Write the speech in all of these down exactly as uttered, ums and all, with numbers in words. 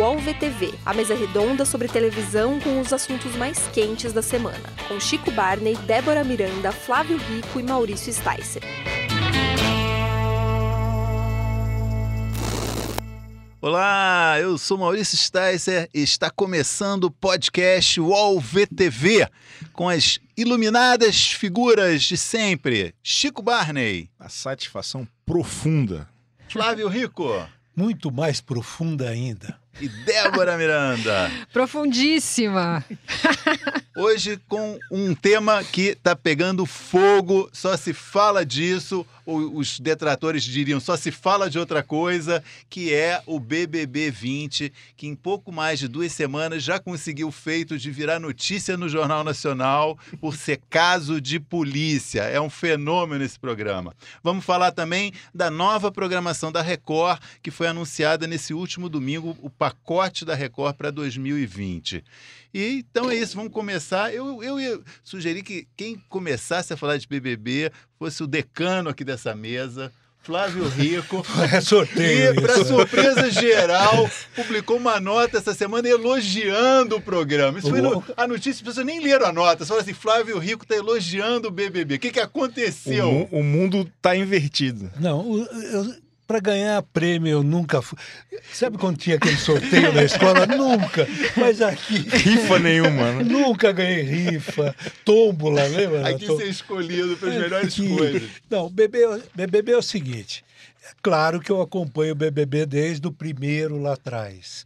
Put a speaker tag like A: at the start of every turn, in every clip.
A: UOL V T V, a mesa redonda sobre televisão com os assuntos mais quentes da semana, com Chico Barney, Débora Miranda, Flávio Rico e Maurício Sticer.
B: Olá, eu sou Maurício Sticer e está começando o podcast UOL V T V com as iluminadas figuras de sempre. Chico Barney.
C: A satisfação profunda.
B: Flávio Rico.
D: Muito mais profunda ainda.
B: E Débora Miranda.
E: Profundíssima.
B: Hoje com um tema que está pegando fogo, só se fala disso, os detratores diriam só se fala de outra coisa, que é o B B B vinte, que em pouco mais de duas semanas já conseguiu o feito de virar notícia no Jornal Nacional por ser caso de polícia. É um fenômeno esse programa. Vamos falar também da nova programação da Record, que foi anunciada nesse último domingo, o pacote da Record para dois mil e vinte. E, então é isso, vamos começar. Eu, eu ia sugerir que quem começasse a falar de B B B fosse o decano aqui dessa mesa, Flávio Rico.
D: É sorteio.
B: E, para surpresa geral, publicou uma nota essa semana elogiando o programa. Isso foi no, a notícia, as pessoas nem leram a nota, só assim, Flávio Rico está elogiando o B B B. O que, que aconteceu?
C: O, o mundo está invertido.
D: Não, eu... Para ganhar prêmio eu nunca fui. Sabe quando tinha aquele sorteio na escola? Nunca. Mas aqui...
C: Rifa nenhuma, né?
D: Nunca ganhei rifa, tómbola, lembra?
B: Aqui
D: Tom...
B: ser escolhido para as melhores
D: aqui...
B: coisas.
D: Não, B B B é o seguinte. É claro que eu acompanho o B B B desde o primeiro lá atrás.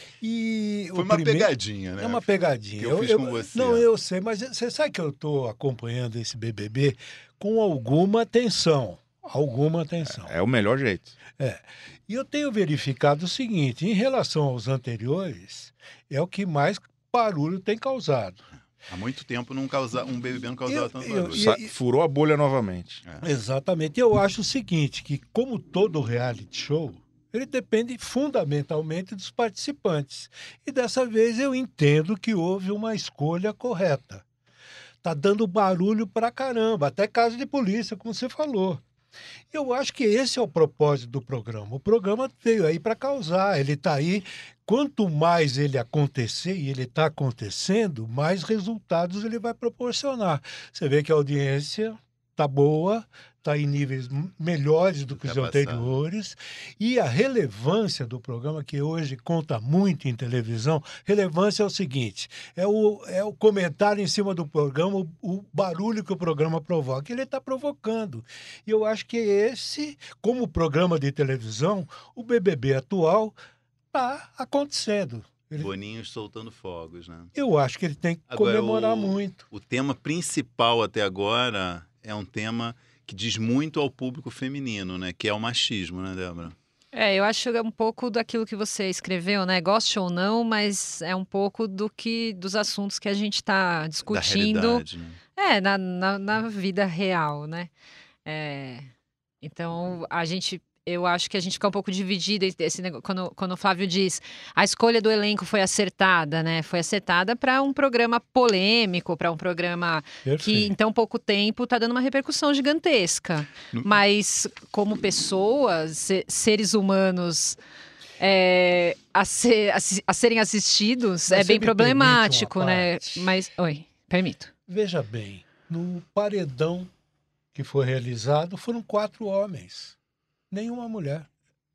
D: E
B: Foi
D: o
B: uma
D: primeiro...
B: pegadinha, né?
D: É uma pegadinha.
B: Que eu, eu fiz
D: eu,
B: com você.
D: Não, eu sei, mas você sabe que eu estou acompanhando esse B B B com alguma atenção. Alguma atenção.
C: É, é o melhor jeito.
D: É. E eu tenho verificado o seguinte, em relação aos anteriores, é o que mais barulho tem causado.
B: Há muito tempo não causa, um B B B não causava
D: Eu-
B: tanto
D: eu-
B: barulho.
D: e-
C: Sa- Furou a bolha novamente.
B: É.
D: Exatamente. Eu acho o seguinte, que como todo reality show, ele depende fundamentalmente dos participantes. E dessa vez eu entendo que houve uma escolha correta. Tá dando barulho pra caramba, até caso de polícia, como você falou. Eu acho que esse é o propósito do programa. O programa veio aí para causar, ele está aí. Quanto mais ele acontecer, e ele está acontecendo, mais resultados ele vai proporcionar. Você vê que a audiência está boa, está em níveis m- melhores do que os
B: Tá passando.
D: anteriores, e a relevância do programa, que hoje conta muito em televisão, relevância é o seguinte, é o, é o comentário em cima do programa, o, o barulho que o programa provoca, ele está provocando. E eu acho que esse, como programa de televisão, o B B B atual está acontecendo. Ele-
B: Boninhos soltando fogos, né?
D: eu acho que ele tem que
B: Agora,
D: comemorar
B: o-
D: muito.
B: O tema principal até agora é um tema que diz muito ao público feminino, né? Que é o machismo, né, Débora?
E: É, eu acho que é um pouco daquilo que você escreveu, né? Goste ou não, mas é um pouco do que dos assuntos que a gente está
B: Da
E: discutindo.
B: realidade, né?
E: É, na, na, na vida real, né? É, então, a gente, eu acho que a gente fica um pouco dividido esse negócio, quando, quando o Flávio diz a escolha do elenco foi acertada, né? Foi acertada para um programa polêmico, para um programa que
D: Perfeito.
E: em tão pouco tempo está dando uma repercussão gigantesca.
B: No-
E: Mas como pessoas, se- seres humanos é, a, ser- a se- a serem assistidos
D: Mas
E: é
D: você
E: bem
D: me
E: problemático,
D: permite uma
E: né?
D: parte?
E: Mas, oi, permito.
D: Veja bem, no paredão que foi realizado foram quatro homens, nenhuma mulher.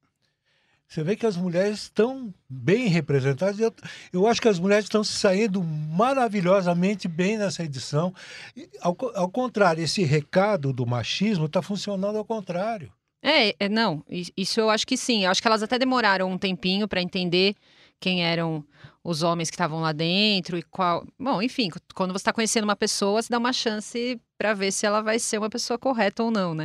D: Você vê que as mulheres estão bem representadas. Eu, eu acho que as mulheres estão se saindo maravilhosamente bem nessa edição. E, Ao, co- ao contrário, esse recado do machismo está funcionando ao contrário.
E: É, é, não, i- isso eu acho que sim. Eu acho que elas até demoraram um tempinho para entender quem eram os homens que estavam lá dentro e qual. Bom, enfim, c- quando você está conhecendo uma pessoa, você dá uma chance para ver se ela vai ser uma pessoa correta ou não, né?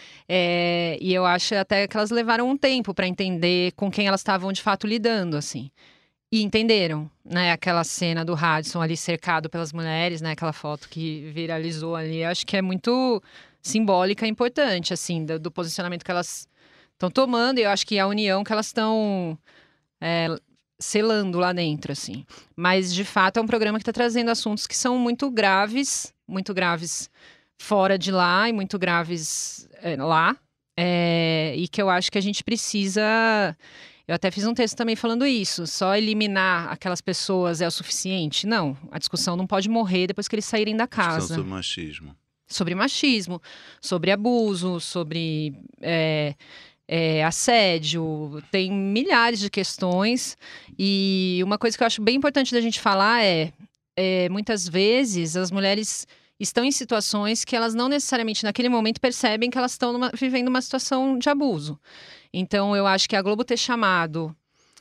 E: É, e eu acho até que elas levaram um tempo para entender com quem elas estavam de fato lidando, assim. E entenderam, né? Aquela cena do Hadson ali cercado pelas mulheres, né? Aquela foto que viralizou ali. Acho que é muito simbólica e importante, assim, do, do posicionamento que elas estão tomando. E eu acho que a união que elas estão é, selando lá dentro, assim. Mas, de fato, é um programa que está trazendo assuntos que são muito graves, muito graves fora de lá e muito graves é, lá. É, e que eu acho que a gente precisa Eu até fiz um texto também falando isso. Só eliminar aquelas pessoas é o suficiente? Não. A discussão não pode morrer depois que eles saírem da casa.
B: Discussão sobre machismo.
E: Sobre machismo, sobre abuso, sobre é, é, assédio. Tem milhares de questões. E uma coisa que eu acho bem importante da gente falar é, é muitas vezes as mulheres estão em situações que elas não necessariamente naquele momento percebem que elas estão numa, vivendo uma situação de abuso. Então, eu acho que a Globo ter chamado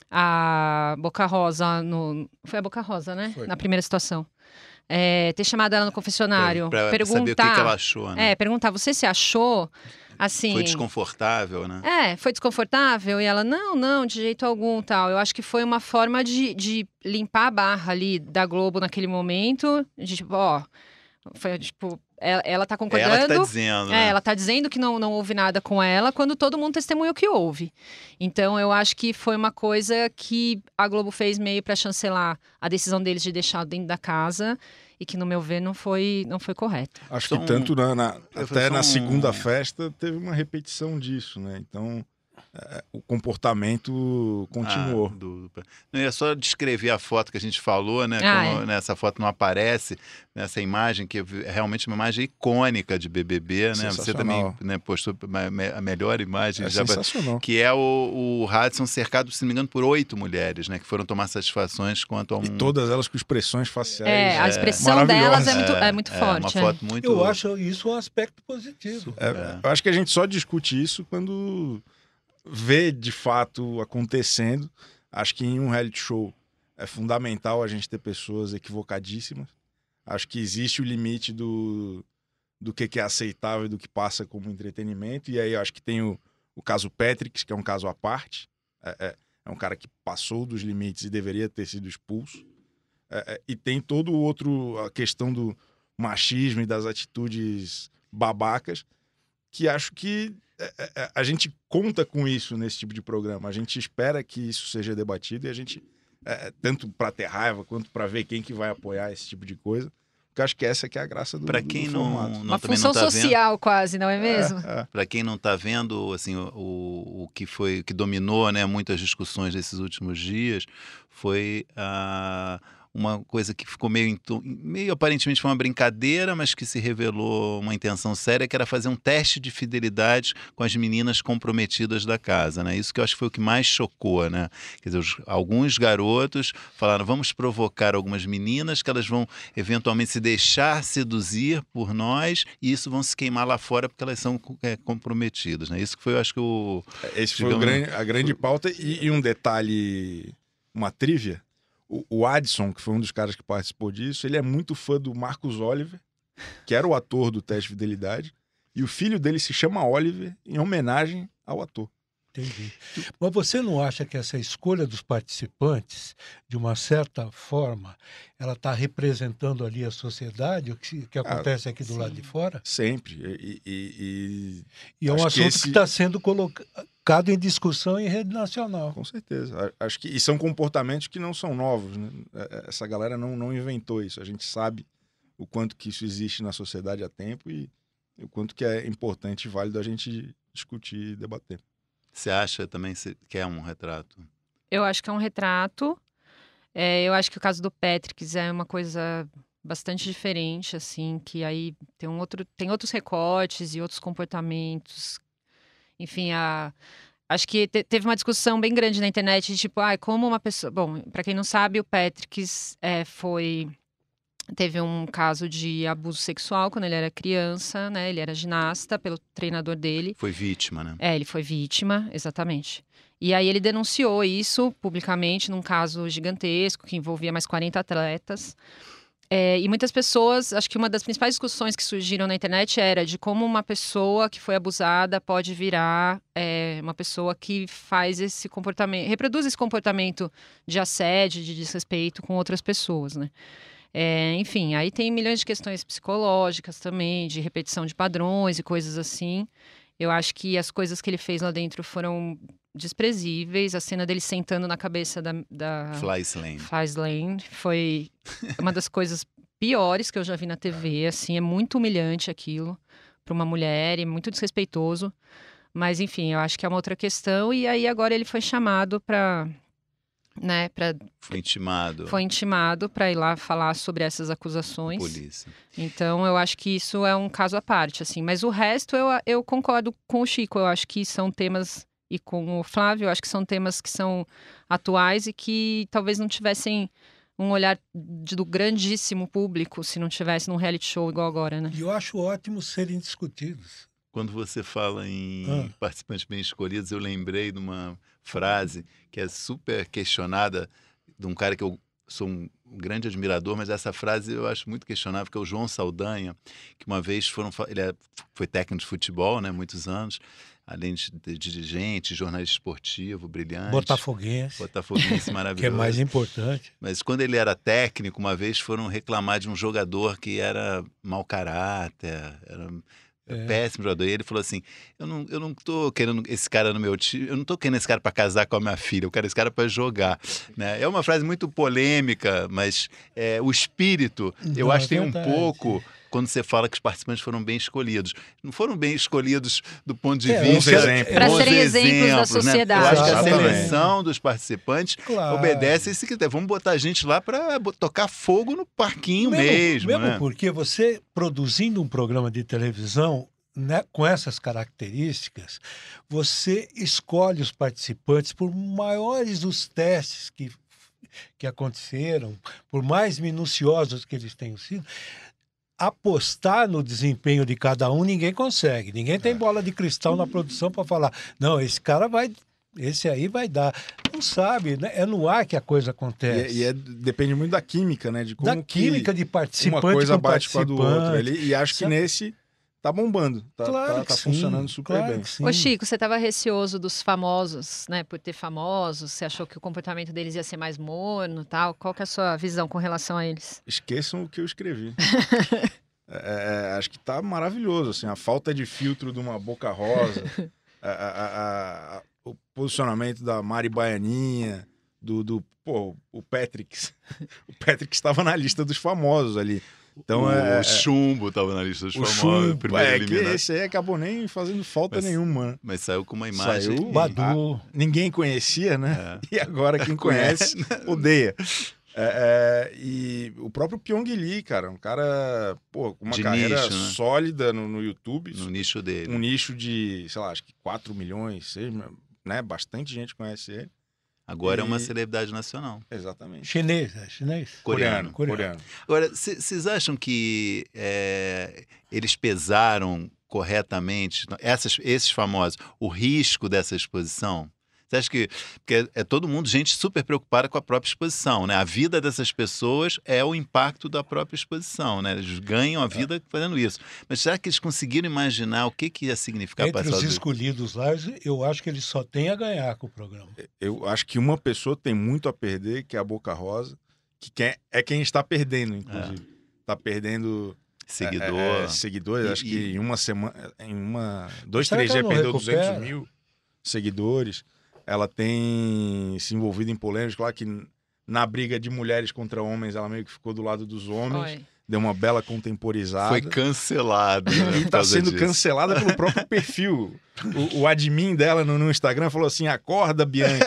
E: a Boca Rosa no... Foi a Boca Rosa, né?
D: Foi.
E: Na primeira situação. É, ter chamado ela no confessionário.
B: Pra, pra
E: perguntar,
B: saber o que, que ela achou, né?
E: É, perguntar, você se achou, assim...
B: Foi desconfortável, né?
E: É, foi desconfortável? E ela, não, não, de jeito algum, tal. Eu acho que foi uma forma de, de limpar a barra ali da Globo naquele momento. De tipo, ó... Foi, tipo... Ela, ela tá concordando.
B: Ela que tá dizendo, né?
E: É, ela tá dizendo que não, não houve nada com ela, quando todo mundo testemunhou que houve. Então, eu acho que foi uma coisa que a Globo fez meio para chancelar a decisão deles de deixar dentro da casa e que, no meu ver, não foi, não foi correta.
C: Acho
B: Só
C: que
B: um-
C: tanto na, na-
B: Eu
C: até
B: só
C: na
B: um-
C: segunda festa teve uma repetição disso, né? Então, é, o comportamento continuou.
B: Ah, do- do- Não, é só descrever a foto que a gente falou, né?
E: Ah,
B: Como nessa foto não aparece, nessa imagem, que é realmente uma imagem icônica de B B B, né? Você também
C: Sensacional.
B: né, postou a melhor imagem,
C: É
B: já-
C: sensacional.
B: que é o, o Hudson cercado, se não me engano, por oito mulheres, né? Que foram tomar satisfações quanto a um...
C: E todas elas com expressões faciais.
E: É, a
C: é,
E: expressão delas é
C: maravilhosas.
E: muito, é muito
B: é,
E: forte.
B: uma
E: é.
B: foto muito...
D: Eu acho isso um aspecto positivo.
C: É,
B: É.
C: Eu acho que a gente só discute isso quando vê de fato acontecendo. Acho que em um reality show é fundamental a gente ter pessoas equivocadíssimas. Acho que existe o limite do, do que que é aceitável e do que passa como entretenimento. E aí eu acho que tem o, o caso Patrick, que é um caso à parte. É, é, é um cara que passou dos limites e deveria ter sido expulso. É, é, e tem todo o outro, a questão do machismo e das atitudes babacas, que acho que é, é, a gente conta com isso nesse tipo de programa. A gente espera que isso seja debatido e a gente, é, tanto para ter raiva quanto para ver quem que vai apoiar esse tipo de coisa, porque acho que essa que é a graça do,
B: Para
C: do
B: quem
C: formato.
B: não, não,
E: Uma
B: também
E: função
B: não tá vendo...
E: social quase, não é mesmo?
C: É, é.
B: Para quem não está vendo, assim, o, o, o que foi, o que dominou, né, muitas discussões desses últimos dias, foi ah, uma coisa que ficou meio, em to- meio aparentemente foi uma brincadeira, mas que se revelou uma intenção séria, que era fazer um teste de fidelidade com as meninas comprometidas da casa, né? Isso que eu acho que foi o que mais chocou, né? Quer dizer, os- alguns garotos falaram, vamos provocar algumas meninas que elas vão eventualmente se deixar seduzir por nós e isso vão se queimar lá fora porque elas são é, comprometidas, né? Isso que foi, eu acho que o...
C: Esse foi o
B: Digamos-
C: grande- a grande pauta. E, e um detalhe, uma trivia, o, o Adson, que foi um dos caras que participou disso, ele é muito fã do Marcus Oliver, que era o ator do Teste de Fidelidade, e o filho dele se chama Oliver em homenagem ao ator.
D: Entendi. Mas você não acha que essa escolha dos participantes, de uma certa forma, ela está representando ali a sociedade, o que, que acontece aqui do
E: sim.
D: lado de fora?
C: Sempre. E, e-
D: E é um
C: Acho que
D: assunto que
C: esse-
D: está sendo colocado em discussão em rede
C: e-
D: nacional.
C: com certeza. A- Acho que e são comportamentos que não são novos, né? É- é- Essa galera não, não inventou isso. A gente sabe o quanto que isso existe na sociedade há tempo e o quanto que é importante e válido a gente discutir e debater.
B: Você acha também se- que é um retrato?
E: Eu acho que é um retrato. É, eu acho que o caso do Patrick é uma coisa bastante diferente, assim, que aí tem um outro, tem outros recortes e outros comportamentos. Enfim, a, acho que te- teve uma discussão bem grande na internet, de tipo, ah, como uma pessoa. Bom, para quem não sabe, o Patrick é, foi. Teve um caso de abuso sexual quando ele era criança, né? Ele era ginasta pelo treinador dele.
B: Foi vítima, né?
E: É, ele foi vítima, exatamente. E aí ele denunciou isso publicamente num caso gigantesco que envolvia mais quarenta atletas. É, e muitas pessoas, acho que uma das principais discussões que surgiram na internet era de como uma pessoa que foi abusada pode virar é, uma pessoa que faz esse comportamento, reproduz esse comportamento de assédio, de desrespeito com outras pessoas, né? É, enfim, aí tem milhões de questões psicológicas também, de repetição de padrões e coisas assim. Eu acho que as coisas que ele fez lá dentro foram desprezíveis. A cena dele sentando na cabeça da, da
B: Fly Slane.
E: Faz Lane foi uma das coisas piores que eu já vi na T V. Assim, é muito humilhante aquilo para uma mulher e muito desrespeitoso. Mas, enfim, eu acho que é uma outra questão. E aí, agora ele foi chamado para... Né, pra,
B: Foi intimado.
E: foi intimado para ir lá falar sobre essas acusações.
B: Polícia.
E: Então, eu acho que isso é um caso à parte, assim. Mas o resto, eu, eu concordo com o Chico. Eu acho que são temas, e com o Flávio, eu acho que são temas que são atuais e que talvez não tivessem um olhar de, do grandíssimo público se não tivesse num reality show igual agora, né?
D: E eu acho ótimo serem discutidos.
B: Quando você fala em
D: Ah.
B: participantes bem escolhidos, eu lembrei de uma frase que é super questionada de um cara que eu sou um grande admirador, mas essa frase eu acho muito questionável, que é o João Saldanha, que uma vez foram, fa- ele é- foi técnico de futebol, né, muitos anos, além de, de dirigente, jornalista esportivo, brilhante.
D: Botafoguense,
B: Botafoguense
D: que é
B: maravilhoso.
D: mais importante.
B: Mas quando ele era técnico, uma vez foram reclamar de um jogador que era mau caráter, era
D: É.
B: péssimo jogador. E ele falou assim: eu não, eu não tô querendo esse cara no meu time, eu não tô querendo esse cara para casar com a minha filha, eu quero esse cara para jogar. Né? É uma frase muito polêmica, mas é, o espírito, eu
D: Não,
B: acho
D: é
B: que tem um
D: verdade.
B: pouco. Quando você fala que os participantes foram bem escolhidos. Não foram bem escolhidos do ponto de
D: É,
B: vista...
C: bons exemplos.
E: Pra
B: bons
E: serem exemplos da
B: exemplos, né?
E: sociedade.
B: Eu acho que a
D: Exatamente.
B: seleção dos participantes
D: Claro.
B: obedece esse critério. Vamos botar gente lá para tocar fogo no parquinho mesmo,
D: mesmo
B: né?
D: porque você, produzindo um programa de televisão, né, com essas características, você escolhe os participantes, por maiores os testes que, que aconteceram, por mais minuciosos que eles tenham sido, apostar no desempenho de cada um ninguém consegue. Ninguém tem bola de cristal na produção para falar, não, esse cara vai, esse aí vai dar. Não sabe, né? É no ar que a coisa
C: E,
D: acontece.
C: é- e é- depende muito da química, né? De como
D: da química de
C: que
D: participante
C: uma coisa
D: com
C: bate com a do outro
D: participante.
C: ali. E acho que
D: Sabe?
C: nesse tá bombando. Tá,
D: Claro
C: tá,
D: que
C: tá
D: sim,
C: funcionando super
D: claro
C: bem.
D: que sim.
E: Ô Chico, você estava receoso dos famosos, né? Por ter famosos, você achou que o comportamento deles ia ser mais morno e tal? Qual que é a sua visão com relação a eles?
C: Esqueçam o que eu escrevi. É, é, acho que tá maravilhoso, assim, a falta de filtro de uma Boca Rosa, a- a- a- a- o posicionamento da Mari Baianinha, do, do pô, o Patrick. O Patrick estava na lista dos famosos ali. Então,
B: o
C: é, é,
B: Chumbo estava na lista dos
C: o
B: famosos,
C: Chumbo,
B: primeiro
C: é, que
B: eliminado.
C: esse aí acabou nem fazendo falta
B: Mas-
C: nenhuma.
B: Mas saiu com uma imagem...
C: Saiu
D: Badu.
C: Ninguém conhecia, né?
B: É.
C: E agora quem conhece, odeia. É, é, e o próprio Pyong Lee, cara, um cara, pô, com uma
B: De
C: carreira
B: nicho, né?
C: sólida no, no YouTube,
B: No nicho dele.
C: um nicho de, sei lá, acho que quatro milhões, seis, né? Bastante gente conhece ele.
B: Agora é uma
C: E-
B: celebridade nacional.
C: Exatamente.
D: Chinês, é chinês?
B: Coreano.
C: Coreano.
D: Coreano.
C: coreano.
B: Agora, vocês acham que é, eles pesaram corretamente, essas, esses famosos, o risco dessa exposição? Você acha que... Porque é todo mundo, gente super preocupada com a própria exposição, né? A vida dessas pessoas é o impacto da própria exposição, né? Eles ganham a vida fazendo isso. Mas será que eles conseguiram imaginar o que, que ia significar
D: Entre
B: passar
D: os
B: do-
D: escolhidos lá, eu acho que eles só têm a ganhar com o programa.
C: Eu acho que uma pessoa tem muito a perder, que é a Boca Rosa, que quem, é quem está perdendo, inclusive. Está perdendo
B: seguidor?
C: é, é, seguidores.
B: E-
C: acho que
B: e-
C: em uma semana, em uma, dois,
D: Será
C: três
D: que ela
C: dias
D: não
C: perdeu
D: recupera?
C: duzentos mil seguidores. Ela tem se envolvido em polêmicas, claro que na briga de mulheres contra homens, ela meio que ficou do lado dos homens,
E: Oi.
C: deu uma bela contemporizada.
B: Foi cancelado. Né,
C: E
B: por
C: está
B: causa
C: sendo
B: disso.
C: cancelada pelo próprio perfil. O, o admin dela no, no Instagram falou assim: acorda, Bianca.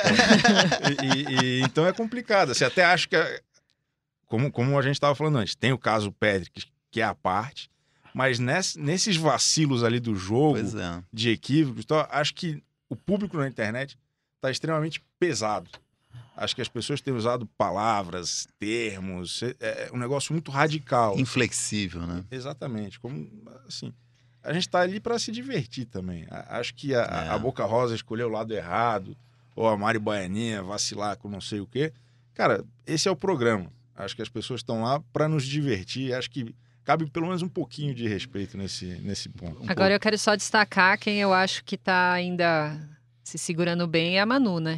C: e, e- e- então é complicado. Você até acha que, é- como, como a gente estava falando antes, tem o caso Patrick, que é a parte, mas ness- nesses vacilos ali do jogo,
B: Pois é.
C: de equívocos, então, acho que o público na internet está extremamente pesado. Acho que as pessoas têm usado palavras, termos, é, é um negócio muito radical.
B: Inflexível, né?
C: Exatamente. Como, assim, a gente tá ali para se divertir também. A- Acho que a,
B: É.
C: a Boca Rosa escolheu o lado errado, ou a Mari Baianinha vacilar com não sei o quê. Cara, esse é o programa. Acho que as pessoas estão lá para nos divertir. Acho que cabe pelo menos um pouquinho de respeito nesse, nesse ponto. Um
E: Agora eu quero só destacar quem eu acho que tá ainda se segurando bem é a Manu, né?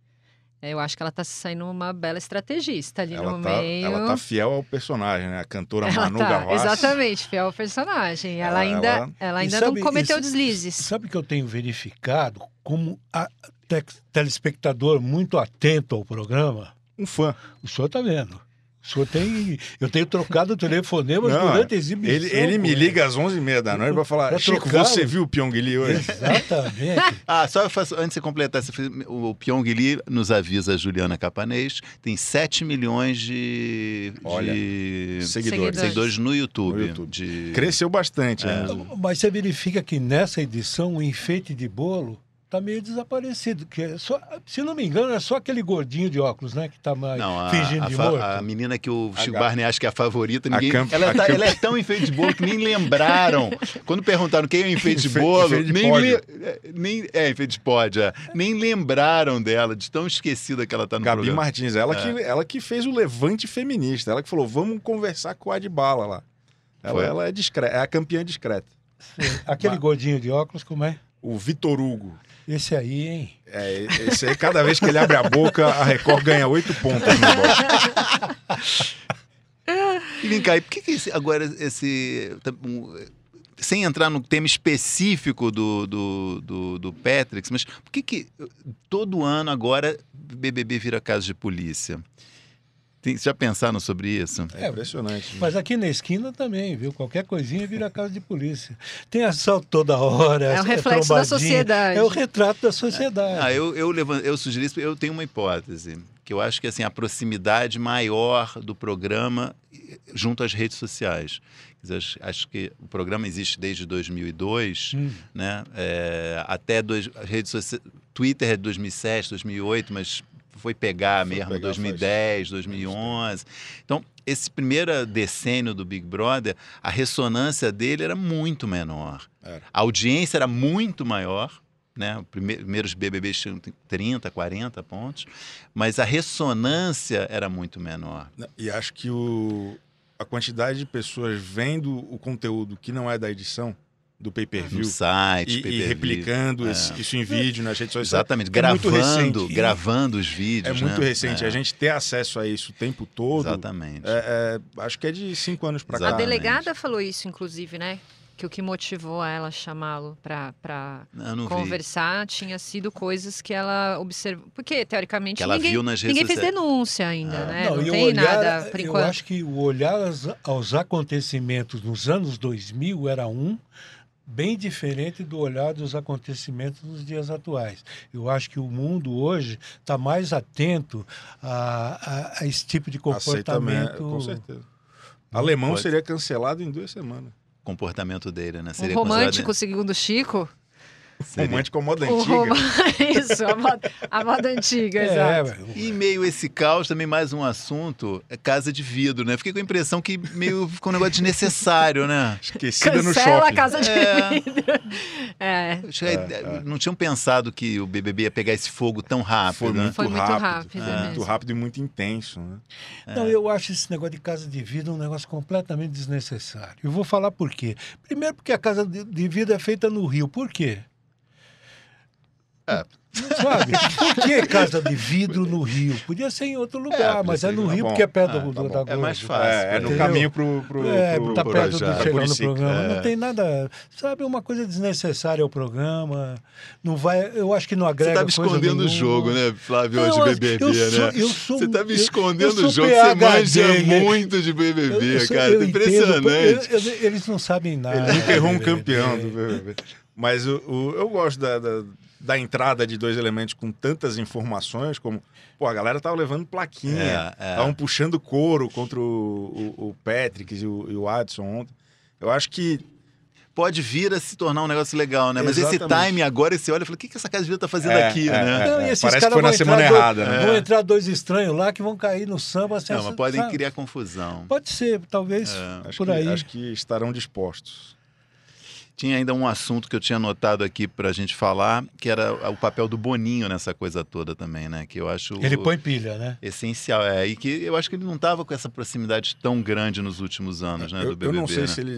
E: Eu acho que ela tá saindo uma bela estrategista ali
C: ela,
E: no
C: tá,
E: meio.
C: ela tá fiel ao personagem, né? A cantora
E: Ela
C: Manu
E: tá,
C: Gavassi.
E: exatamente, fiel ao personagem. Ela,
C: Ela-
E: ainda,
C: ela-
E: ela
D: E
E: ainda
D: sabe-
E: não cometeu
D: e-
E: deslizes.
D: Sabe que eu tenho verificado como a te- telespectador muito atento ao programa?
C: Um fã.
D: O senhor está vendo. O senhor tem... Eu tenho trocado telefonemas
C: Não,
D: durante a exibição.
C: Ele, ele me
D: com
C: liga às onze e meia da noite pra falar,
D: Pra
C: Chico,
D: trocá-lo.
C: você viu o Pyong Lee hoje?
D: Exatamente.
B: Ah, só eu faço, antes de você completar, você fez- o Pyong Lee nos avisa a Juliana Capanês, tem sete milhões de,
C: Olha,
B: de
C: Seguidores.
B: seguidores no YouTube.
C: No YouTube.
B: De...
C: Cresceu bastante.
B: É.
C: né?
D: Mas você verifica que nessa edição o enfeite de bolo tá meio desaparecido. Que é só, se não me engano, é só aquele gordinho de óculos, né? Que tá mais
B: Não, a,
D: fingindo
B: a,
D: de
B: fa-
D: morto.
B: a menina que o Chico
C: Ga-
B: Barney acha que é a favorita,
C: A
B: ninguém,
C: camp-
B: ela,
C: a
B: tá-
C: camp-
B: ela é tão enfeite de bolo que nem lembraram. Quando perguntaram quem é o enfeite de
C: Enfe-
B: bolo,
C: enfeite de
B: nem,
C: pódio.
B: le- nem é enfeite de pódio, é. Nem lembraram dela, de tão esquecida que ela tá no
C: Gabi
B: programa.
C: Martins, ela,
B: É.
C: que, ela que fez o levante feminista. Ela que falou, vamos conversar com a Adbala lá. Ela,
B: Foi.
C: ela é discreta, é a campeã discreta.
D: Aquele
C: Mas-
D: gordinho de óculos, como é?
C: O Vitor Hugo.
D: Esse aí, hein?
C: É, esse aí, cada vez que ele abre a boca, a Record ganha oito pontos no bote.
B: E vem cá, e por que, que esse, agora esse. tá, um, sem entrar no tema específico do, do, do, do Patrick, mas por que, que todo ano agora B B B vira caso de polícia? Tem, já pensaram sobre isso?
C: É impressionante.
D: Mas aqui na esquina também, viu? Qualquer coisinha vira casa de polícia. Tem assalto toda hora.
E: É o reflexo da
D: trombadinha,
E: sociedade.
D: É o retrato da sociedade.
B: Ah, eu, eu, levan- eu sugeri isso, eu tenho uma hipótese, que eu acho que assim, a proximidade maior do programa eh, junto às redes sociais. Quer dizer, acho, acho que o programa existe desde dois mil e dois,
D: Hum.
B: né? É, até dois, as redes sociais. Twitter é de dois mil e sete, dois mil e oito, mas foi pegar
C: Foi
B: mesmo
C: pegar
B: dois mil e dez, dois mil e onze. Então, esse primeiro decênio do Big Brother, a ressonância dele era muito menor.
C: Era.
B: A audiência era muito maior, né? Os prime- primeiros B B Bs tinham trinta, quarenta pontos, mas a ressonância era muito menor.
C: E acho que o, a quantidade de pessoas vendo o conteúdo que não é da edição, do pay-per-view,
B: No site,
C: e, e
B: pay-per-view.
C: replicando
B: É.
C: esse- isso em vídeo nas redes sociais.
B: Exatamente,
C: É muito
B: gravando,
C: recente.
B: gravando os
C: É
B: vídeos.
C: muito
B: né?
C: recente.
B: É,
C: A gente ter acesso a isso o tempo todo,
B: Exatamente.
C: é, é, acho que é de cinco anos pra
E: A
C: cá.
B: Exatamente.
E: delegada falou isso, inclusive, né? Que o que motivou ela a chamá-lo pra, pra
B: Eu não vi.
E: conversar tinha sido coisas que ela observou. Porque, teoricamente,
B: Que ela
E: ninguém,
B: viu nas redes
E: ninguém fez
B: sociais.
E: denúncia ainda, né? Não,
D: e o
E: tem
D: olhar-
E: nada, por
D: Eu
E: enquanto.
D: acho que o olhar aos, aos acontecimentos nos anos dois mil era um, bem diferente do olhar dos acontecimentos nos dias atuais. Eu acho que o mundo hoje está mais atento a, a- a esse tipo de
C: Aceita me-
D: comportamento.
C: com certeza. Alemão
B: Pode.
C: seria cancelado em duas semanas.
B: Comportamento dele, né?
E: Um
B: Seria
E: romântico,
B: considerado-
E: segundo o Chico.
B: seria-
C: Romântico moda
E: O
C: antiga.
E: rom- Isso, a moda, a moda antiga,
D: É,
E: exato.
D: velho.
B: E em meio a esse caos, também mais um assunto, é casa de vidro, né? Fiquei com a impressão que meio ficou um negócio desnecessário, né?
C: Esquecida no
E: Cancela
C: shopping.
E: a casa de
B: É.
E: vidro. É,
B: Acho que a- Não tinham pensado que o B B B ia pegar esse fogo tão rápido,
C: Foi
B: né?
C: muito
E: Foi muito
C: rápido.
E: rápido
C: Foi muito
E: mesmo.
C: rápido e muito intenso, né?
D: Não, eu acho esse negócio de casa de vida um negócio completamente desnecessário. Eu vou falar por quê. Primeiro porque a casa de de vida é feita no Rio. Por quê?
B: É.
D: Sabe? Por que casa de vidro no Rio? Podia ser em outro lugar,
B: podia
D: mas
B: ser,
D: é no
C: tá
D: Rio
C: bom.
D: porque é perto
B: Ah,
D: do,
C: tá
D: do-
C: bom.
D: da
B: É
D: Globo.
B: mais fácil.
C: É, é no
D: Entendeu?
C: caminho pro, pro,
D: É,
C: pro,
D: tá
C: pro
D: perto do
C: Urajá,
D: chegando no
C: Muricy.
D: programa.
B: É.
D: Não tem nada, sabe, uma coisa desnecessária ao programa. Não vai, eu acho que não
B: Você
D: agrega
B: tá me
D: coisa
B: escondendo o
D: nenhuma.
B: jogo, né, Flávio,
D: Não,
B: hoje
D: eu-
B: B B B,
D: eu sou-
B: né?
D: eu sou-
B: Você tá me
D: eu-
B: escondendo
D: eu
B: o
D: sou
B: jogo, você manja
D: PhD,
B: muito de B B B,
D: Eu- eu sou-
B: cara.
D: eu
B: Tá
D: entendo,
B: impressionante.
D: eu- eu- eles não sabem nada.
C: Ele nunca errou um
D: B B B.
C: campeão do B B B. Mas o, o- eu gosto da, da, da entrada de dois elementos com tantas informações, como, pô, a galera tava levando plaquinha,
B: É, é.
C: estavam puxando couro contra o, o, o Patrick e o, e o Adson ontem. Eu acho que
B: Pode vir a se tornar um negócio legal, né? Mas esse
C: Exatamente.
B: time agora, você olha e fala, o que, que essa casa de vida tá fazendo
C: É,
B: aqui,
C: é,
B: né?
C: é.
D: Não, e esses
C: Parece que
D: caras
C: foi na
D: vão
C: semana
D: entrar dois-
C: errada, né?
D: Vão entrar dois estranhos lá que vão cair no samba. Sem
B: Não, mas podem
D: sabe?
B: criar confusão.
D: Pode ser, talvez
B: É.
C: acho
D: por
C: que,
D: aí.
C: acho que estarão dispostos.
B: Tinha ainda um assunto que eu tinha anotado aqui pra gente falar, que era o papel do Boninho nessa coisa toda também, né? Que eu acho
D: Ele põe pilha, né?
B: essencial. É, e que eu acho que ele não tava com essa proximidade tão grande nos últimos anos, né?
C: eu,
B: do B B B,
C: eu não sei
B: né?
C: se ele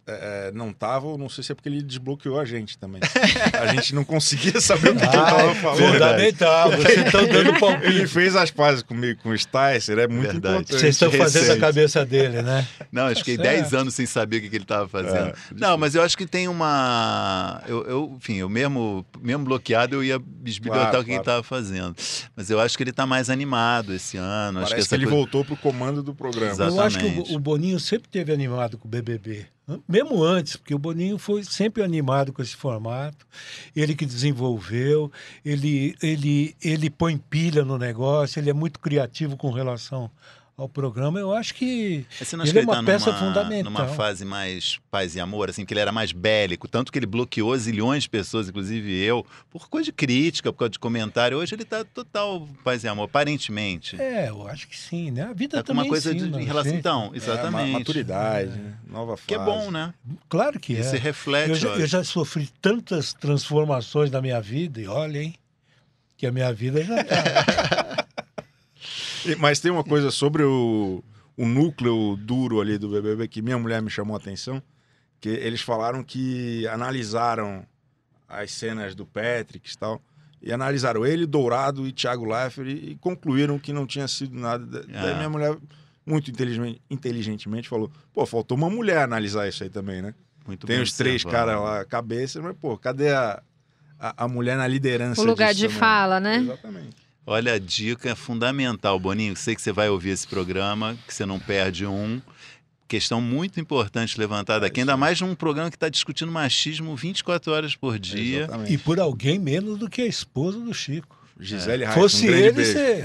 C: é, não tava, ou não sei se é porque ele desbloqueou a gente também. A gente não conseguia saber o que, que ele tava falando.
D: Fundamental, vocês estão dando palpite.
C: Ele fez as pazes comigo com o Sticer, é muito
B: Verdade.
C: importante.
D: Vocês estão fazendo
B: Recente.
D: a cabeça dele, né?
B: Não, eu fiquei
D: Tá
B: dez
D: certo.
B: anos sem saber o que, que ele estava fazendo.
C: É,
B: não, mas eu acho que tem uma... Eu, eu, enfim, eu mesmo, mesmo bloqueado, eu ia bisbilhotar
C: Claro,
B: o que
C: claro.
B: ele estava fazendo. Mas eu acho que ele está mais animado esse ano.
C: Parece
B: acho
C: que,
B: que, essa
C: ele
B: coisa...
C: voltou pro comando do programa.
B: Exato.
D: Eu acho que
B: Exatamente.
D: o, o Boninho sempre teve animado com o B B B. Mesmo antes, porque o Boninho foi sempre animado com esse formato. Ele que desenvolveu, ele, ele, ele põe pilha no negócio, ele é muito criativo com relação ao programa. Eu acho que
B: Você não
D: ele
B: acha que
D: é
B: ele
D: uma
B: tá
D: peça
B: numa,
D: fundamental.
B: numa fase mais paz e amor, assim, porque ele era mais bélico, tanto que ele bloqueou zilhões de pessoas, inclusive eu, por coisa de crítica, por causa de comentário. Hoje ele tá total paz e amor, aparentemente.
D: É, eu acho que sim, né? A vida
B: Tá com
D: também
B: uma coisa de,
D: ensina,
B: em relação...
D: gente.
B: Então,
C: É, ma-
B: exatamente.
C: maturidade, né? Nova fase.
B: Que é bom, né?
D: Claro que
B: E
D: é.
B: se reflete,
D: Eu já,
B: eu
D: eu
B: acho.
D: já sofri tantas transformações na minha vida, e olha, hein, que a minha vida já tá.
C: E- Mas tem uma coisa sobre o, o núcleo duro ali do B B B que minha mulher me chamou a atenção, que eles falaram que analisaram as cenas do Patrick e tal, e analisaram ele, Dourado e Thiago Leifert e concluíram que não tinha sido nada. Da- Daí
B: Ah.
C: minha mulher, muito inteligen- inteligentemente, falou, pô, faltou uma mulher analisar isso aí também, né?
B: Muito
C: Tem
B: bem
C: os três
B: observado.
C: caras lá, cabeça, mas, pô, cadê a, a, a mulher na liderança
E: O lugar
C: disso
E: de
C: também?
E: fala, né?
C: Exatamente.
B: Olha, a dica é fundamental, Boninho. Sei que você vai ouvir esse programa, que você não perde um. Questão muito importante levantada
C: É
B: aqui,
C: isso
B: ainda
C: aí.
B: mais num programa que está discutindo machismo vinte e quatro horas por dia.
C: Exatamente.
D: E por alguém menos do que a esposa do Chico.
C: Gisele Reis,
D: Fosse
C: um grande
D: ele,
C: beijo.
D: você...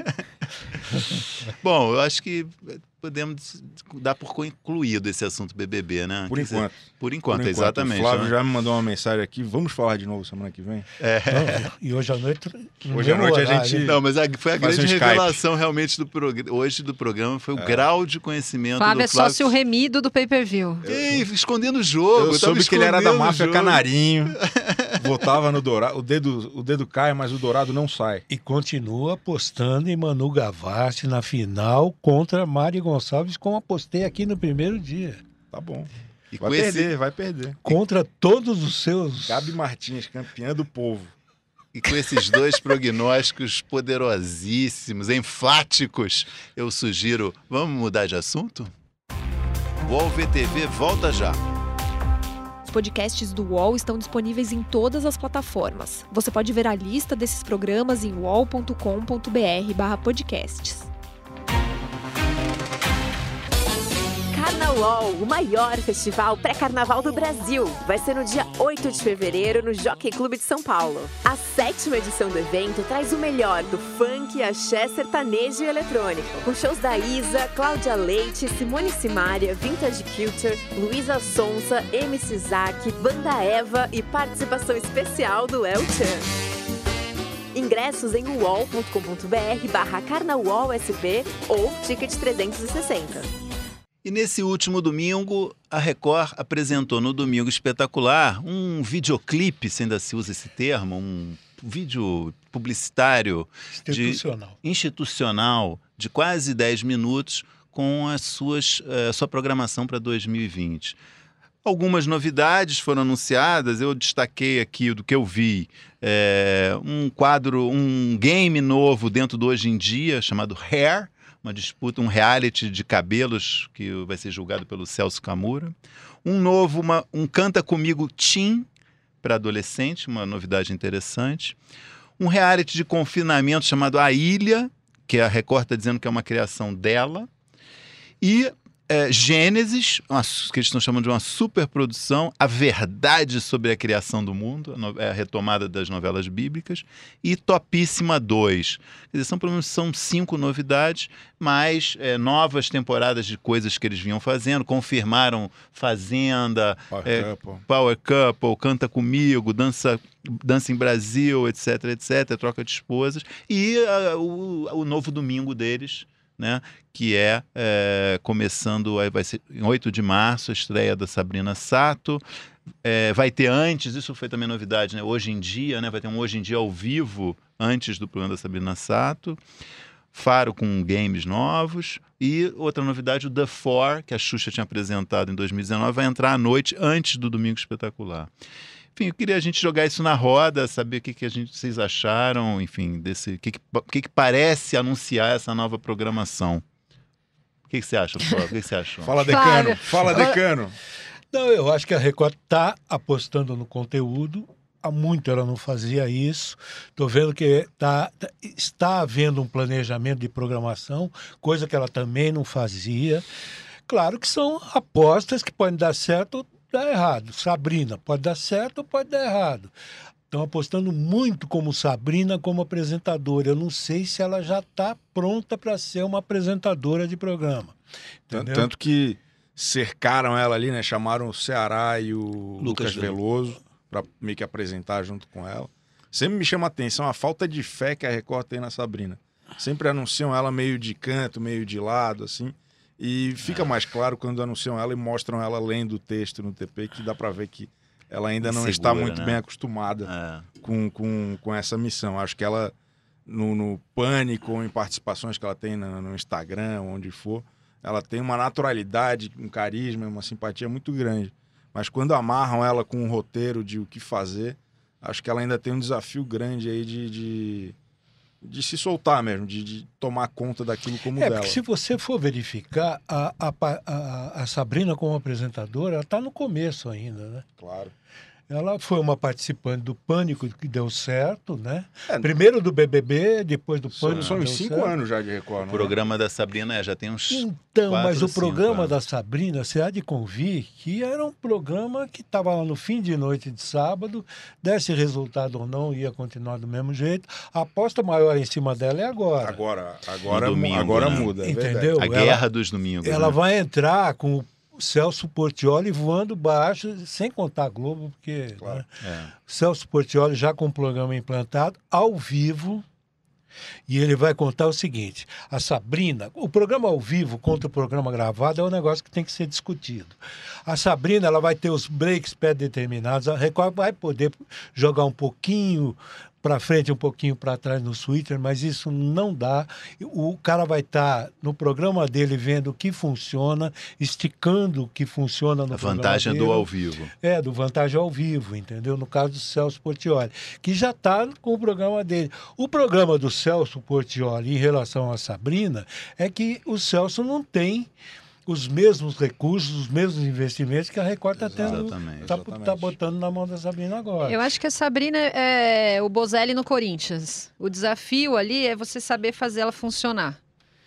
B: Bom, eu acho que podemos dar por concluído esse assunto B B B, né?
C: Por
B: Quer dizer,
C: enquanto.
B: por enquanto,
C: Por enquanto.
B: exatamente.
C: O Flávio
B: né?
C: já me mandou uma mensagem aqui. Vamos falar de novo semana que vem?
D: Não, e hoje à noite... no
C: Hoje à
D: mesmo
C: noite a
D: horário,
C: gente-
D: hein?
B: Não, mas a, foi a
C: Faz um
B: grande
C: Skype.
B: revelação realmente do prog... hoje do programa, foi o
C: É.
B: grau de conhecimento
E: Flávio
B: do
E: é
B: Flávio.
E: sócio remido do pay-per-view.
B: Ei, escondendo o jogo.
C: Eu
B: tava
C: soube que ele era da
B: escondendo o
C: máfia
B: jogo.
C: Canarinho. Votava no Dourado. O dedo, o dedo cai, mas o Dourado não sai.
D: E continua apostando em Manu Gavassi na final contra Mari Gonçalves, como apostei aqui no primeiro dia.
C: Tá bom.
B: E
C: Vai
B: com esse-
C: perder, vai perder.
D: Contra todos os seus...
C: Gabi Martins, campeã do povo.
B: E com esses dois prognósticos poderosíssimos, enfáticos, eu sugiro, vamos mudar de assunto? O U O L V T V volta já.
A: Os podcasts do U O L estão disponíveis em todas as plataformas. Você pode ver a lista desses programas em uol ponto com ponto br barra podcasts.
F: Carnaval, o maior festival pré-carnaval do Brasil. Vai ser no dia oito de fevereiro no Jockey Clube de São Paulo. A sétima edição do evento traz o melhor do funk, axé, sertanejo e eletrônico. Com shows da Isa, Cláudia Leite, Simone Simaria, Vintage Culture, Luísa Sonza, M C Zack, Banda Eva e participação especial do El Chan. Ingressos em uol ponto com ponto br barra carnavalsp ou Ticket trezentos e sessenta.
B: E nesse último domingo, a Record apresentou no Domingo Espetacular um videoclipe, se ainda se usa esse termo, um vídeo publicitário
D: Institucional.
B: institucional de quase dez minutos com as suas, a sua programação para dois mil e vinte. Algumas novidades foram anunciadas, eu destaquei aqui do que eu vi, é, um quadro, um game novo dentro do Hoje em Dia, chamado Hair, uma disputa, um reality de cabelos que vai ser julgado pelo Celso Camura. Um novo, uma, um Canta Comigo Teen para adolescente, uma novidade interessante. Um reality de confinamento chamado A Ilha, que a Record está dizendo que é uma criação dela. E é, Gênesis, uma, que eles estão chamando de uma superprodução, A Verdade sobre a Criação do Mundo, a, no, é a retomada das novelas bíblicas, e Topíssima dois. Quer dizer, são, pelo menos são cinco novidades, mas é, novas temporadas de coisas que eles vinham fazendo, confirmaram Fazenda,
C: Power
B: É,
C: Couple.
B: Power Couple, Canta Comigo, Dança, Dança em Brasil, etc, etc, Troca de Esposas, e uh, o, o novo domingo deles, né, que é, é começando, aí vai ser em oito de março, a estreia da Sabrina Sato. É, vai ter antes, isso foi também novidade, né? Hoje em Dia, né? Vai ter um Hoje em Dia ao vivo antes do programa da Sabrina Sato. Faro com games novos e outra novidade, o The Four, que a Xuxa tinha apresentado em dois mil e dezenove, vai entrar à noite antes do Domingo Espetacular. Enfim, eu queria a gente jogar isso na roda, saber o que, que a gente, vocês acharam, enfim, desse, o que, que, que, que parece anunciar essa nova programação. O que, que você acha, Flávio? O que, que você achou?
C: Fala, Decano. Fala, Decano.
D: Não, eu acho que a Record está apostando no conteúdo. Há muito ela não fazia isso. Estou vendo que tá, está havendo um planejamento de programação, coisa que ela também não fazia. Claro que são apostas que podem dar certo ou dar errado. Sabrina pode dar certo ou pode dar errado. Estão apostando muito como Sabrina, como apresentadora. Eu não sei se ela já está pronta para ser uma apresentadora de programa.
C: Tanto, tanto que cercaram ela ali, né? Chamaram o Ceará e o Lucas, Lucas Veloso para meio que apresentar junto com ela. Sempre me chama a atenção a falta de fé que a Record tem na Sabrina. Sempre anunciam ela meio de canto, meio de lado, assim. E fica é. mais claro quando anunciam ela e mostram ela lendo o texto no T P, que dá para ver que ela ainda não Segura, está muito né? bem acostumada é. com, com, com essa missão. Acho que ela, no, no Pânico ou em participações que ela tem no, no Instagram, onde for, ela tem uma naturalidade, um carisma, uma simpatia muito grande. Mas quando amarram ela com um roteiro de o que fazer, acho que ela ainda tem um desafio grande aí de, de, de se soltar mesmo, de, de tomar conta daquilo como
D: é,
C: dela.
D: Porque se você for verificar, a, a, a, a Sabrina como apresentadora, ela está no começo ainda, né?
C: Claro.
D: Ela foi uma participante do Pânico que deu certo, né? É, Primeiro do B B B, depois do Pânico.
C: São uns cinco certo. anos já de Record.
B: O programa da Sabrina é, já tem uns
D: Então,
B: quatro,
D: mas o programa
B: anos.
D: da Sabrina, você há de convir que era um programa que estava lá no fim de noite de sábado, desse resultado ou não, ia continuar do mesmo jeito. A aposta maior em cima dela é agora.
C: Agora, agora,
B: domingo,
C: agora
B: né?
C: muda. É
D: Entendeu?
B: A
D: ela,
B: guerra dos domingos.
D: Ela
B: né?
D: vai entrar com o Celso Portiolli voando baixo, sem contar a Globo, porque
C: claro.
D: né?
B: é.
D: Celso Portiolli já com o programa implantado, ao vivo, e ele vai contar o seguinte, a Sabrina, o programa ao vivo contra o programa gravado é um negócio que tem que ser discutido. A Sabrina, ela vai ter os breaks pré-determinados, a Record vai poder jogar um pouquinho para frente, um pouquinho para trás no Twitter, mas isso não dá. O cara vai estar tá no programa dele vendo o que funciona, esticando o que funciona no
B: a
D: programa
B: vantagem
D: dele.
B: do ao vivo.
D: É, do vantagem ao vivo, entendeu? No caso do Celso Portiolli, que já está com o programa dele. O programa do Celso Portiolli em relação à Sabrina é que o Celso não tem os mesmos recursos, os mesmos investimentos que a Record está tendo, está tá botando na mão da Sabrina agora.
E: Eu acho que a Sabrina é o Bozelli no Corinthians. O desafio ali é você saber fazer ela funcionar.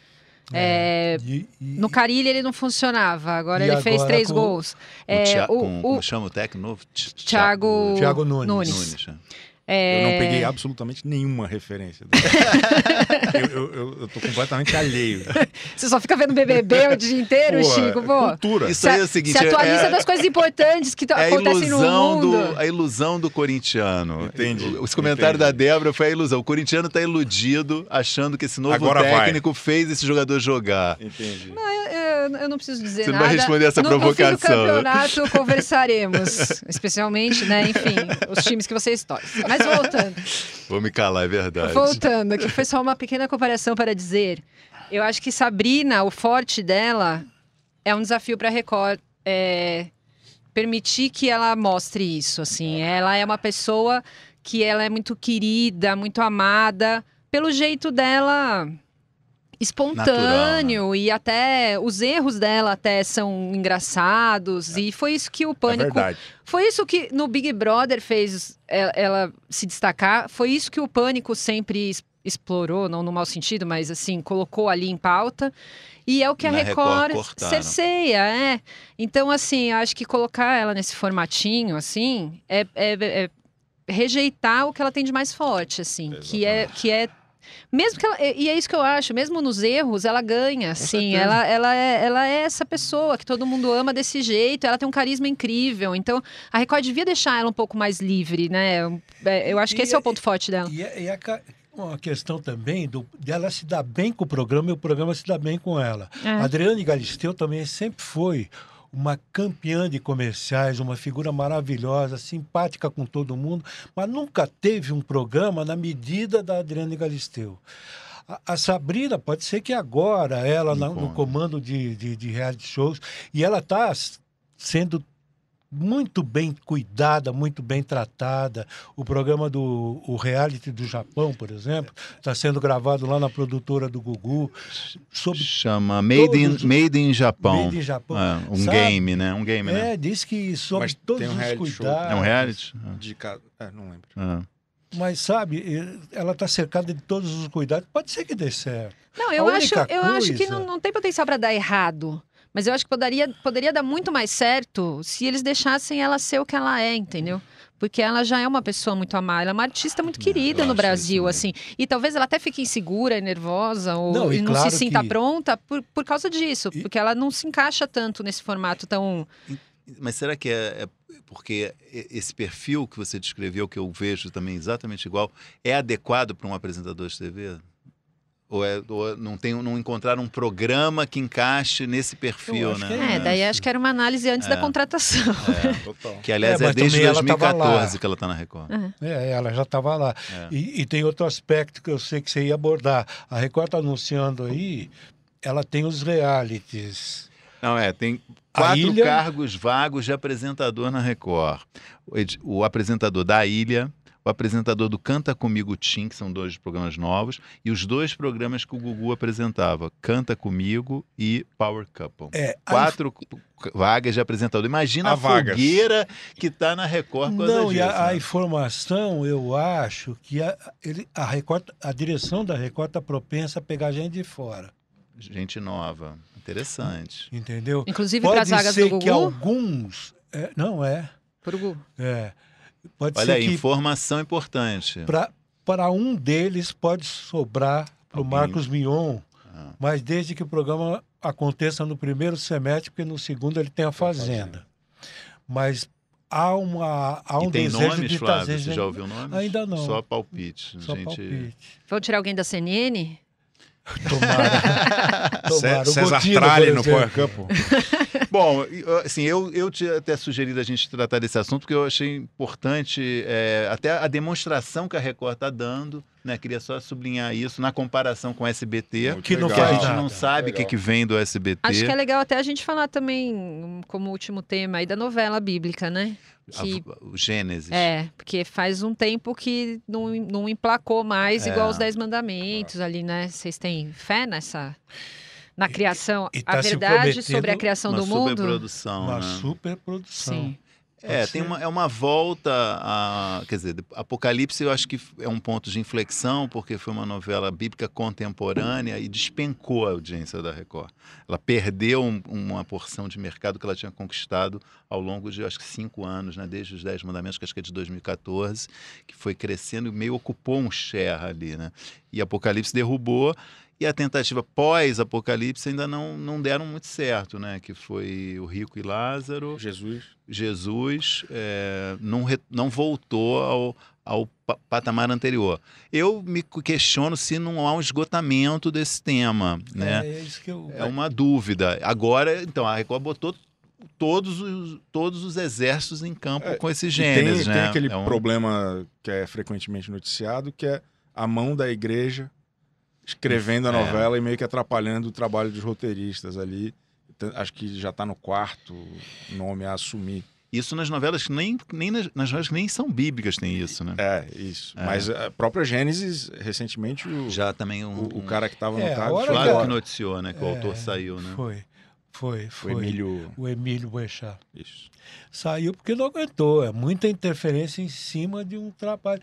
E: É, é, e, e, no Carille ele não funcionava, agora ele agora fez três
D: com,
E: gols.
B: O
E: é,
B: tia,
E: o,
B: com,
E: o,
B: como chama o técnico novo?
E: Thiago,
D: Thiago Nunes.
E: Nunes.
B: Nunes é.
E: É...
C: Eu não peguei absolutamente nenhuma referência. eu, eu, eu, eu tô completamente alheio.
E: Você só fica vendo B B B o dia inteiro,
C: pô,
E: Chico? Pô.
C: Cultura.
B: Isso aí é o seguinte...
E: Se atualiza
B: é,
E: das coisas importantes que
B: é
E: acontecem no mundo.
B: Do, a ilusão do corintiano.
C: Entendi.
B: Os comentários da Débora foi a ilusão. O corintiano tá iludido, achando que esse novo
C: Agora
B: técnico
C: vai.
B: fez esse jogador jogar.
C: Entendi.
E: Não, eu, eu não preciso dizer
B: Você
E: nada.
B: não vai responder essa
E: no,
B: provocação.
E: No fim do campeonato conversaremos. Especialmente, né, enfim, os times que vocês torcem. Mas voltando...
B: Vou me calar, é verdade.
E: Voltando, aqui foi só uma pequena comparação para dizer. Eu acho que Sabrina, o forte dela, é um desafio para a Record é, permitir que ela mostre isso. Assim. Ela é uma pessoa que ela é muito querida, muito amada, pelo jeito dela espontâneo. Natural, né? E até os erros dela até são engraçados. É. E foi isso que o Pânico...
C: É verdade.
E: Foi isso que no Big Brother fez ela, ela se destacar. Foi isso que o Pânico sempre explorou, não no mau sentido, mas assim, colocou ali em pauta. E é o que a
B: Na
E: Record,
B: Record
E: cerceia, é. Então, assim, acho que colocar ela nesse formatinho, assim, é, é, é rejeitar o que ela tem de mais forte, assim. Que é, que é mesmo que ela, e é isso que eu acho, mesmo nos erros, ela ganha, assim, ela, ela, é, ela é essa pessoa que todo mundo ama desse jeito, ela tem um carisma incrível, então a Record devia deixar ela um pouco mais livre, né? Eu acho que e esse é, é o ponto forte dela.
D: E é, e é uma questão também do, dela se dar bem com o programa e o programa se dar bem com ela. É. A Adriane Galisteu também sempre foi uma campeã de comerciais, uma figura maravilhosa, simpática com todo mundo, mas nunca teve um programa na medida da Adriane Galisteu. A, a Sabrina, pode ser que agora, ela na, no
B: Encontre.
D: comando de, de, de reality shows, e ela está sendo muito bem cuidada, muito bem tratada. O programa do o reality do Japão, por exemplo, está sendo gravado lá na produtora do Gugu. Sobre
B: Chama Made in,
D: todos-
B: Made in Japão.
D: Made in Japão.
B: É, um
D: Sabe?
B: game, né? Um game, né?
D: É, diz que sobre
C: Mas
D: todos
C: tem um
D: os
C: reality show.
D: cuidados.
B: É um reality?
C: De ca... É, não lembro.
B: Ah.
D: Mas, sabe, eh, ela está cercada de todos os cuidados. Pode ser que dê certo.
E: Não, eu
D: A
E: acho,
D: única
E: eu acho que
D: coisa-
E: não, não tem potencial para dar errado. Mas eu acho que poderia, poderia dar muito mais certo se eles deixassem ela ser o que ela é, entendeu? Porque ela já é uma pessoa muito amada, ela é uma artista muito querida
B: eu
E: no
B: acho
E: Brasil,
B: isso
E: assim. E talvez ela até fique insegura e nervosa, ou
D: Não, e
E: e não
D: claro
E: se sinta
D: que-
E: pronta por, por causa disso.
D: E-
E: Porque ela não se encaixa tanto nesse formato tão...
B: Mas será que é, é porque esse perfil que você descreveu, que eu vejo também exatamente igual, é adequado para um apresentador de T V? Ou, é, ou não, tem, não encontraram um programa que encaixe nesse perfil,
D: Eu acho
B: né?
D: que
E: É,
D: É
E: daí
D: isso.
E: acho que era uma análise antes
B: É.
E: da contratação.
C: Total.
B: Que, aliás,
D: É,
B: é,
D: mas
B: desde
D: também ela
B: dois mil e
D: tava lá.
B: quatorze que ela está na Record.
D: É, ela já estava lá.
B: É.
D: E, e tem outro aspecto que eu sei que você ia abordar. A Record está anunciando aí, ela tem os realities.
B: Não, é, tem
D: A
B: quatro
D: Ilha-
B: cargos vagos de apresentador na Record. O, ed- o apresentador da Ilha, o apresentador do Canta Comigo Tim, que são dois programas novos, e os dois programas que o Gugu apresentava, Canta Comigo e Power Couple.
D: É, a
B: Quatro c- vagas de apresentador. Imagina
C: Há
B: a
C: vagas.
B: fogueira que está na Record por causa
D: Não, e
B: disso,
D: a, a
B: né?
D: informação, eu acho que a, ele, a, Record, a direção da Record está propensa a pegar gente de fora.
B: Gente nova. Interessante.
D: Entendeu?
E: Inclusive para as
D: Pode
E: vagas
D: ser
E: do
D: que
E: Gugu.
D: alguns. É, não é.
E: Pro Gugu.
D: É. Pode
B: Olha
D: ser
B: aí,
D: que
B: informação importante.
D: para um deles pode sobrar para o
B: Alguém.
D: Marcos Mion,
B: Ah.
D: mas desde que o programa aconteça no primeiro semestre, porque no segundo ele tem a Fazenda. Mas há, uma, há um
B: e tem
D: desejo
B: nomes,
D: de
B: Flávio?
D: trazer
B: Você
D: gente-
B: já ouviu nomes?
D: Ainda não.
B: Só palpite.
D: Só
B: gente...
D: palpite.
E: Vão tirar alguém da C N N?
D: Tomara. Tomara. O
C: César
D: Gotino,
C: Tralli
D: por
C: no
D: exemplo.
C: Power Couple.
B: Bom, eu- assim, eu, eu tinha até sugerido a gente tratar desse assunto, porque eu achei importante é, até a demonstração que a Record está dando, né? Queria só sublinhar isso na comparação com o S B T,
C: Muito
D: Que não
B: que
C: legal.
B: a
D: faz
B: gente
D: nada.
B: não sabe o que,
C: Legal.
B: que vem do S B T.
E: Acho que é legal até a gente falar também, hum, como último tema aí, da novela bíblica, né? Que,
B: A- o Gênesis.
E: é, porque faz um tempo que não, não emplacou mais
B: É.
E: igual os Dez Mandamentos ali, né? Vocês têm fé nessa... Na criação,
D: e
E: a
D: tá se
E: verdade
D: prometendo
E: sobre a criação
B: Uma
E: do mundo?
B: superprodução,
D: Uma
B: né?
D: superprodução.
E: Sim.
B: É,
D: Pode
B: tem
D: ser.
B: uma, é uma volta a. Quer dizer, Apocalipse eu acho que é um ponto de inflexão, porque foi uma novela bíblica contemporânea e despencou a audiência da Record. Ela perdeu um- uma porção de mercado que ela tinha conquistado ao longo de, acho que, cinco anos, né? Desde os Dez Mandamentos, que acho que é de dois mil e quatorze, que foi crescendo e meio ocupou um share ali, né? E Apocalipse derrubou. E a tentativa pós-Apocalipse ainda não, não deram muito certo, né? Que foi o Rico e Lázaro.
C: Jesus.
B: Jesus é, não, re- não voltou ao, ao pa- patamar anterior. Eu me questiono se não há um esgotamento desse tema, né?
D: É, é isso que eu.
B: É uma dúvida. Agora, então, a Record botou todos os, todos os exércitos em campo
C: É,
B: com esses
C: E
B: gêneros,
C: tem,
B: né?
C: tem aquele
B: É um-
C: problema que é frequentemente noticiado, que é a mão da igreja escrevendo a
B: É.
C: novela e meio que atrapalhando o trabalho dos roteiristas ali. Então, acho que já está no quarto nome a assumir.
B: Isso nas novelas que nem, nem nas, nas novelas que nem são bíblicas tem isso, né?
C: É, isso.
B: É.
C: Mas a própria Gênesis, recentemente, o,
B: Já também um,
C: o, o
B: um-
C: cara que estava
D: É,
C: no
D: a
C: cargo
D: hora
C: foi
B: Flávio
D: que-
B: que
C: embora.
B: noticiou, né? Que o
D: É,
B: autor saiu, né?
D: Foi, foi,
C: O
D: foi.
C: Emílio.
D: O Emílio Boechat.
C: Isso.
D: Saiu porque não aguentou. É muita interferência em cima de um trabalho.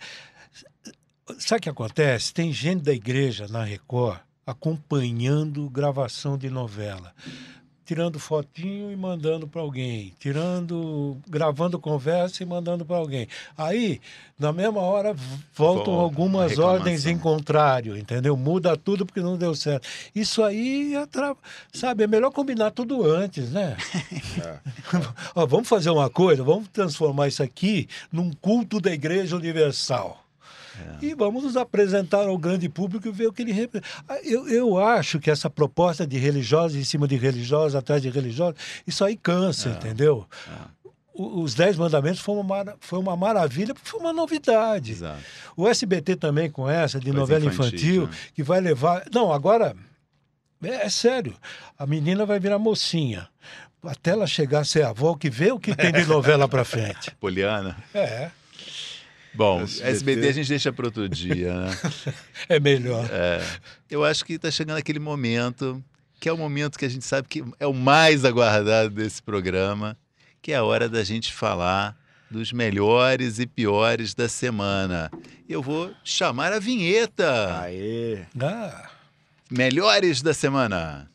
D: Sabe o que acontece? Tem gente da igreja na Record acompanhando gravação de novela. Tirando fotinho e mandando para alguém. Tirando, gravando conversa e mandando para alguém. Aí, na mesma hora, v- voltam
B: Volta,
D: algumas
B: reclamação.
D: ordens em contrário, entendeu? Muda tudo porque não deu certo. Isso aí, atra- sabe, é melhor combinar tudo antes, né?
C: É.
D: Ó, vamos fazer uma coisa, vamos transformar isso aqui num culto da Igreja Universal.
B: É.
D: E vamos nos apresentar ao grande público e ver o que ele representa. Ah, Eu, eu acho que essa proposta de religiosos em cima de religiosos, atrás de religiosos, isso aí cansa,
B: É.
D: entendeu? o- os Dez Mandamentos foi uma, mara- foi uma maravilha, porque foi uma novidade.
B: Exato.
D: O S B T também com essa, de
B: Coisa
D: novela
B: infantil,
D: infantil,
B: né?
D: que vai levar... Não, agora, é, é sério, a menina vai virar mocinha. Até ela chegar a ser avó, que vê o que tem de novela pra frente.
B: Poliana.
D: É,
B: Bom,
C: S B T.
B: S B T a gente deixa para outro dia, né?
D: é melhor.
B: Eu acho que está chegando aquele momento, que é o momento que a gente sabe que é o mais aguardado desse programa, que é a hora da gente falar dos melhores e piores da semana. Eu vou chamar a vinheta.
C: Aê!
D: Ah,
B: Melhores da semana.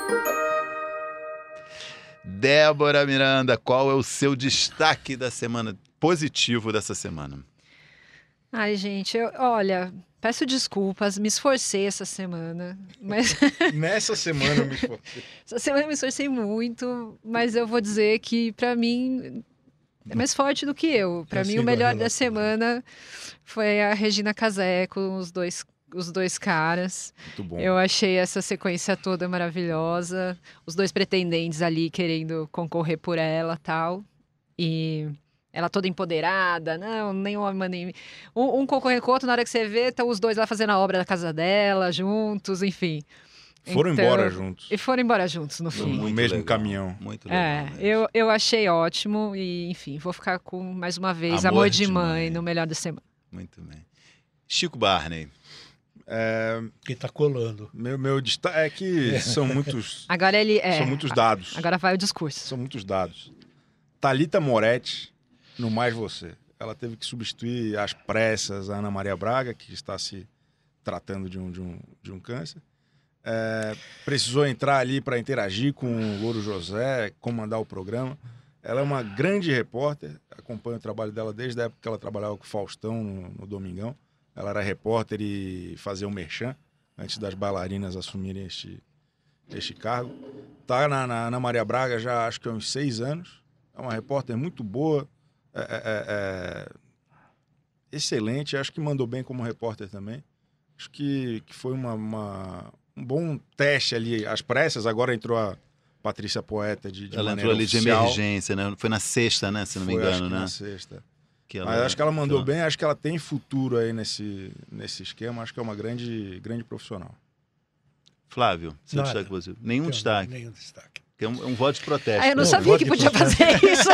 B: Débora Miranda, qual é o seu destaque da semana, positivo dessa semana?
E: Ai, gente, eu- olha, peço desculpas, me esforcei essa semana, mas
C: Nessa semana eu me esforcei.
E: essa semana eu me esforcei muito, mas eu vou dizer que pra mim é mais forte do que eu. Pra
D: Eu
E: mim
D: sigo
E: o
D: a
E: melhor da
D: relação.
E: semana foi a Regina Casé com os dois os dois caras.
C: Muito bom.
E: Eu achei essa sequência toda maravilhosa, os dois pretendentes ali querendo concorrer por ela, tal. E ela toda empoderada, não, nem homem nem um, um concorrendo com o outro, na hora que você vê, estão os dois lá fazendo a obra da casa dela, juntos, enfim.
C: Foram
E: Então,
C: embora juntos.
E: E foram embora juntos no
C: No
E: fim.
C: Muito mesmo caminhão.
B: Muito legal.
E: É,
B: né?
E: eu, eu achei ótimo e, enfim, vou ficar com, mais uma vez,
B: Amor
E: Amor,
B: de
E: de, mãe,
B: Mãe.
E: no melhor da semana.
B: Muito bem. Chico Barney.
C: É,
D: que tá colando.
C: meu, meu destaque é que são muitos,
E: Agora ele é.
C: são muitos dados.
E: Agora vai o discurso.
C: São muitos dados. Thalita Moretti, no Mais Você. Ela teve que substituir às pressas a Ana Maria Braga, que está se tratando de um, de um, de um câncer. É, precisou entrar ali para interagir com o Louro José, comandar o programa. Ela é uma grande repórter, acompanho o trabalho dela desde a época que ela trabalhava com o Faustão no, no Domingão. Ela era repórter e fazia o merchan, antes das bailarinas assumirem este, este cargo. Está na, na Ana Maria Braga já acho que há uns seis anos. É uma repórter muito boa, é, é, é, excelente. Acho que mandou bem como repórter também. Acho que, que foi uma, uma, um bom teste ali, às pressas. Agora entrou a Patrícia Poeta de, de
B: Ela
C: maneira
B: entrou ali de
C: oficial.
B: emergência, né? Foi na sexta, né? Se não me
C: Foi, acho
B: engano,
C: que
B: né?
C: na sexta.
B: Que
C: Mas acho que ela mandou
B: que
C: bem, acho que ela tem futuro aí nesse, nesse esquema. Acho que é uma grande, grande profissional.
B: Flávio, seu
D: Nada.
B: destaque positivo. Nenhum
D: Tem
B: destaque.
D: Nenhum destaque.
B: Tem um, um voto de protesto.
E: Ah, eu não
D: Não,
E: sabia
D: voto
E: que
D: de
E: podia
D: protesto.
E: fazer isso.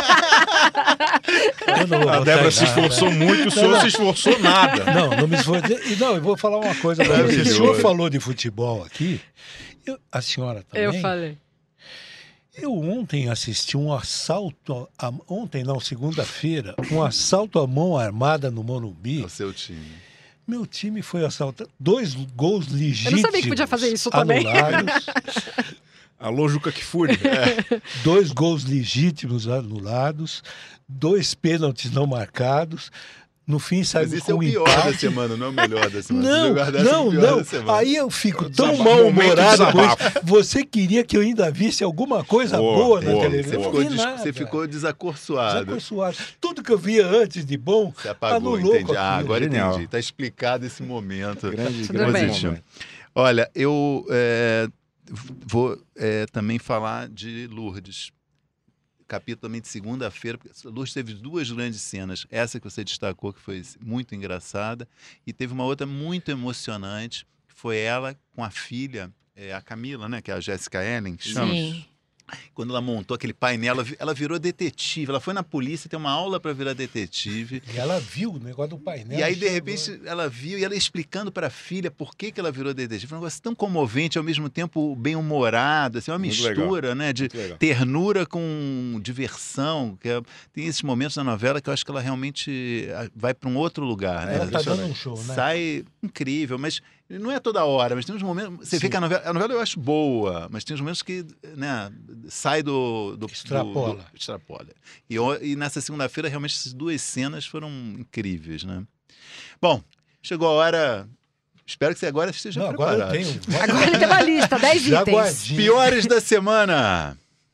D: Eu não vou
C: A
D: votar
C: Débora
D: em
C: se
D: nada.
C: esforçou muito, o senhor
D: não.
C: se esforçou nada.
D: Não, não me esforcei. E não, eu vou falar uma coisa para você. O
B: Maravilhoso.
D: senhor falou de futebol aqui, eu- a senhora também.
E: Eu falei.
D: Eu ontem assisti um assalto, a, ontem não, segunda-feira, um assalto à mão armada no Morumbi.
B: É o seu time.
D: Meu time foi assaltado, dois gols legítimos.
E: sabia que podia fazer isso também.
D: Anulados,
C: Alô, Juca Kfouri.
D: dois gols legítimos anulados, dois pênaltis não marcados. No fim
B: Mas
D: saímos
B: esse é
D: com
B: o
D: um
B: pior da
D: empate.
B: semana, não é o melhor da semana. Se
D: Não,
B: eu guardasse o
D: não,
B: pior
D: não.
B: da semana.
D: Aí eu fico tão
C: Desabafo,
D: mal-humorado
C: momento
D: com isso.
C: desabafo.
D: Você queria que eu ainda visse alguma coisa
C: Boa,
D: boa, na
C: boa.
D: televisão?
B: Você
D: Eu
B: ficou,
D: não vi
B: des-
D: nada.
B: você ficou desacorçoado.
D: Desacorçoado. Tudo que eu via antes de bom,
B: Você apagou,
D: anulou
B: entendi.
D: com
B: Ah,
D: aquilo.
B: agora
C: Genial.
B: entendi. Está explicado esse momento.
C: Grande,
E: Tudo
C: grande
E: bem.
C: momento.
B: Olha, eu é, vou é, também falar de Lourdes. Capítulo também de segunda-feira, porque Lourdes teve duas grandes cenas. Essa que você destacou, que foi muito engraçada, e teve uma outra muito emocionante, que foi ela com a filha, é, a Camila, né, que é a Jessica Ellen, que chama.
E: Sim.
B: Quando ela montou aquele painel, ela vi- ela virou detetive. Ela foi na polícia, tem uma aula para virar detetive.
D: E ela viu o negócio do painel.
B: E aí, de
D: chegou.
B: repente, ela viu e ela explicando para a filha por que, que ela virou detetive. Foi um negócio tão comovente, ao mesmo tempo bem-humorado, assim, uma
C: Muito
B: mistura, né, de
C: Muito legal.
B: ternura com diversão. Que é- tem esses momentos na novela que eu acho que ela realmente ah, vai para um outro lugar. Né?
D: Ela tá dando um show, né?
B: Sai incrível, mas não é toda hora, mas tem uns momentos. Você vê
D: Sim.
B: que a novela, a novela eu acho boa, mas tem uns momentos que, né, sai do. do
D: Extrapola.
B: do- do- extrapola. E, o- e nessa segunda-feira, realmente, essas duas cenas foram incríveis, né? Bom, chegou a hora. Espero que você agora esteja
D: Não, agora
B: preparado.
D: eu tenho.
E: Agora ele tem uma lista, dez
D: Já
E: itens.
D: guardinho.
B: Piores da semana.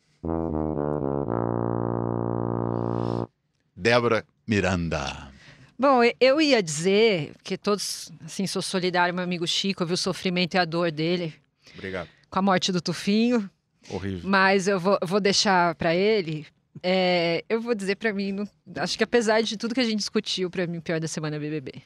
B: Débora Miranda.
E: Bom, eu ia dizer que todos, assim, sou solidário ao meu amigo Chico, eu vi o sofrimento e a dor dele
C: Obrigado.
E: com a morte do Tufinho,
C: Horrível.
E: mas eu vou, vou deixar para ele É, eu vou dizer pra mim, não- acho que apesar de tudo que a gente discutiu, pra mim o pior da semana é B B B.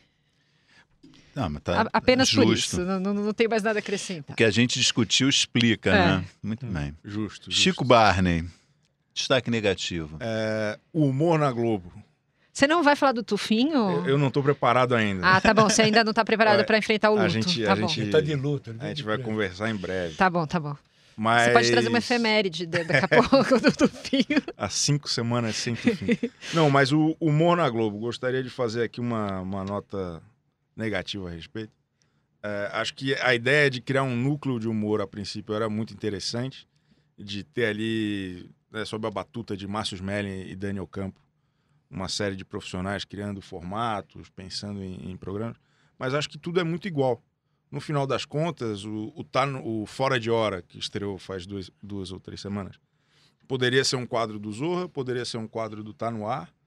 B: Não, mas tá
E: A- apenas por
B: justo.
E: isso, não, não, não tem mais nada a acrescentar.
B: O que a gente discutiu explica,
E: É.
B: né? Muito bem.
C: Justo, justo.
B: Chico Barney, destaque negativo.
C: É, o humor na Globo.
E: Você não vai falar do Tufinho?
C: Eu, eu não tô preparado ainda.
E: Ah, tá bom, você ainda não tá preparado
C: É,
E: pra enfrentar o luto.
C: a gente-
E: tá
C: a
E: bom.
C: gente-
D: Ele tá de luta. ele
C: A
D: vem
C: gente
D: de
C: vai
D: preso.
C: conversar em breve.
E: Tá bom, tá bom.
C: Mas...
E: Você pode trazer uma efeméride de- daqui a pouco do Tufinho.
C: Há cinco semanas sem fim. Não, mas o humor na Globo. Gostaria de fazer aqui uma, uma nota negativa a respeito. É, acho que a ideia de criar um núcleo de humor, a princípio, era muito interessante. De ter ali, né, sob a batuta de Márcio Smelling e Daniel Campo, uma série de profissionais criando formatos, pensando em, em programas. Mas acho que tudo é muito igual. No final das contas, o, o, tá no- o Fora de Hora, que estreou faz duas, duas ou três semanas, poderia ser um quadro do Zorra, poderia ser um quadro do Tá No Ar.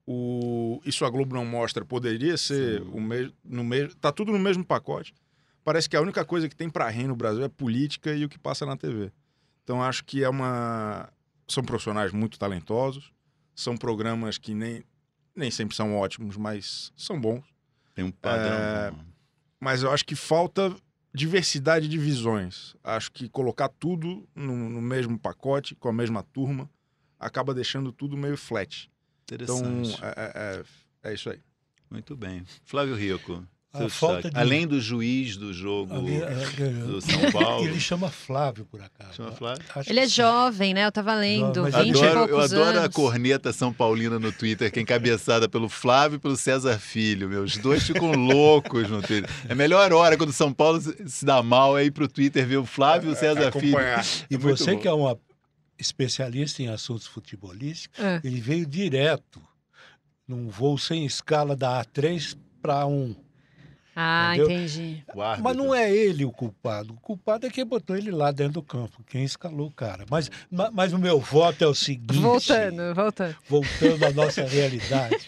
C: O Isso a Globo Não Mostra poderia ser o mesmo, no mesmo. Tá tudo no mesmo pacote. Parece que a única coisa que tem para rir no Brasil é política e o que passa na T V. Então acho que é uma. São profissionais muito talentosos, são programas que nem, nem sempre são ótimos, mas são bons.
B: Tem um padrão.
C: É, Mas eu acho que falta diversidade de visões. Acho que colocar tudo no, no mesmo pacote, com a mesma turma, acaba deixando tudo meio flat. Então,
B: Interessante.
C: é, é- é- é isso aí.
B: Muito bem. Flávio Rico,
D: A
B: seu
D: falta
B: destaque.
D: de-
B: Além do juiz do jogo
D: Ali, é,
B: do São Paulo.
D: Ele chama Flávio, por acaso.
B: Chama Flávio?
D: Acho
E: Ele é
D: que sim.
E: jovem, né? Eu tava lendo,
D: Mas
E: vinte e
B: Adoro, eu
E: poucos
B: adoro a
E: anos.
B: corneta São Paulina no Twitter, que é encabeçada pelo Flávio e pelo César Filho. Meus dois ficam loucos no Twitter. É a melhor hora quando o São Paulo se se dá mal é ir pro Twitter ver o Flávio e o César Filho.
C: Acompanhar.
D: E
B: É muito
D: você
B: bom.
D: que é uma especialista em assuntos futebolísticos,
E: Ah.
D: ele veio direto num voo sem escala da A três para um.
E: Ah,
D: Entendeu?
E: entendi.
B: O árbitro.
D: Mas não é ele o culpado. O culpado é quem botou ele lá dentro do campo, quem escalou o cara. Mas, ma- mas o meu voto é o seguinte.
E: Voltando, voltando.
D: Voltando à nossa realidade.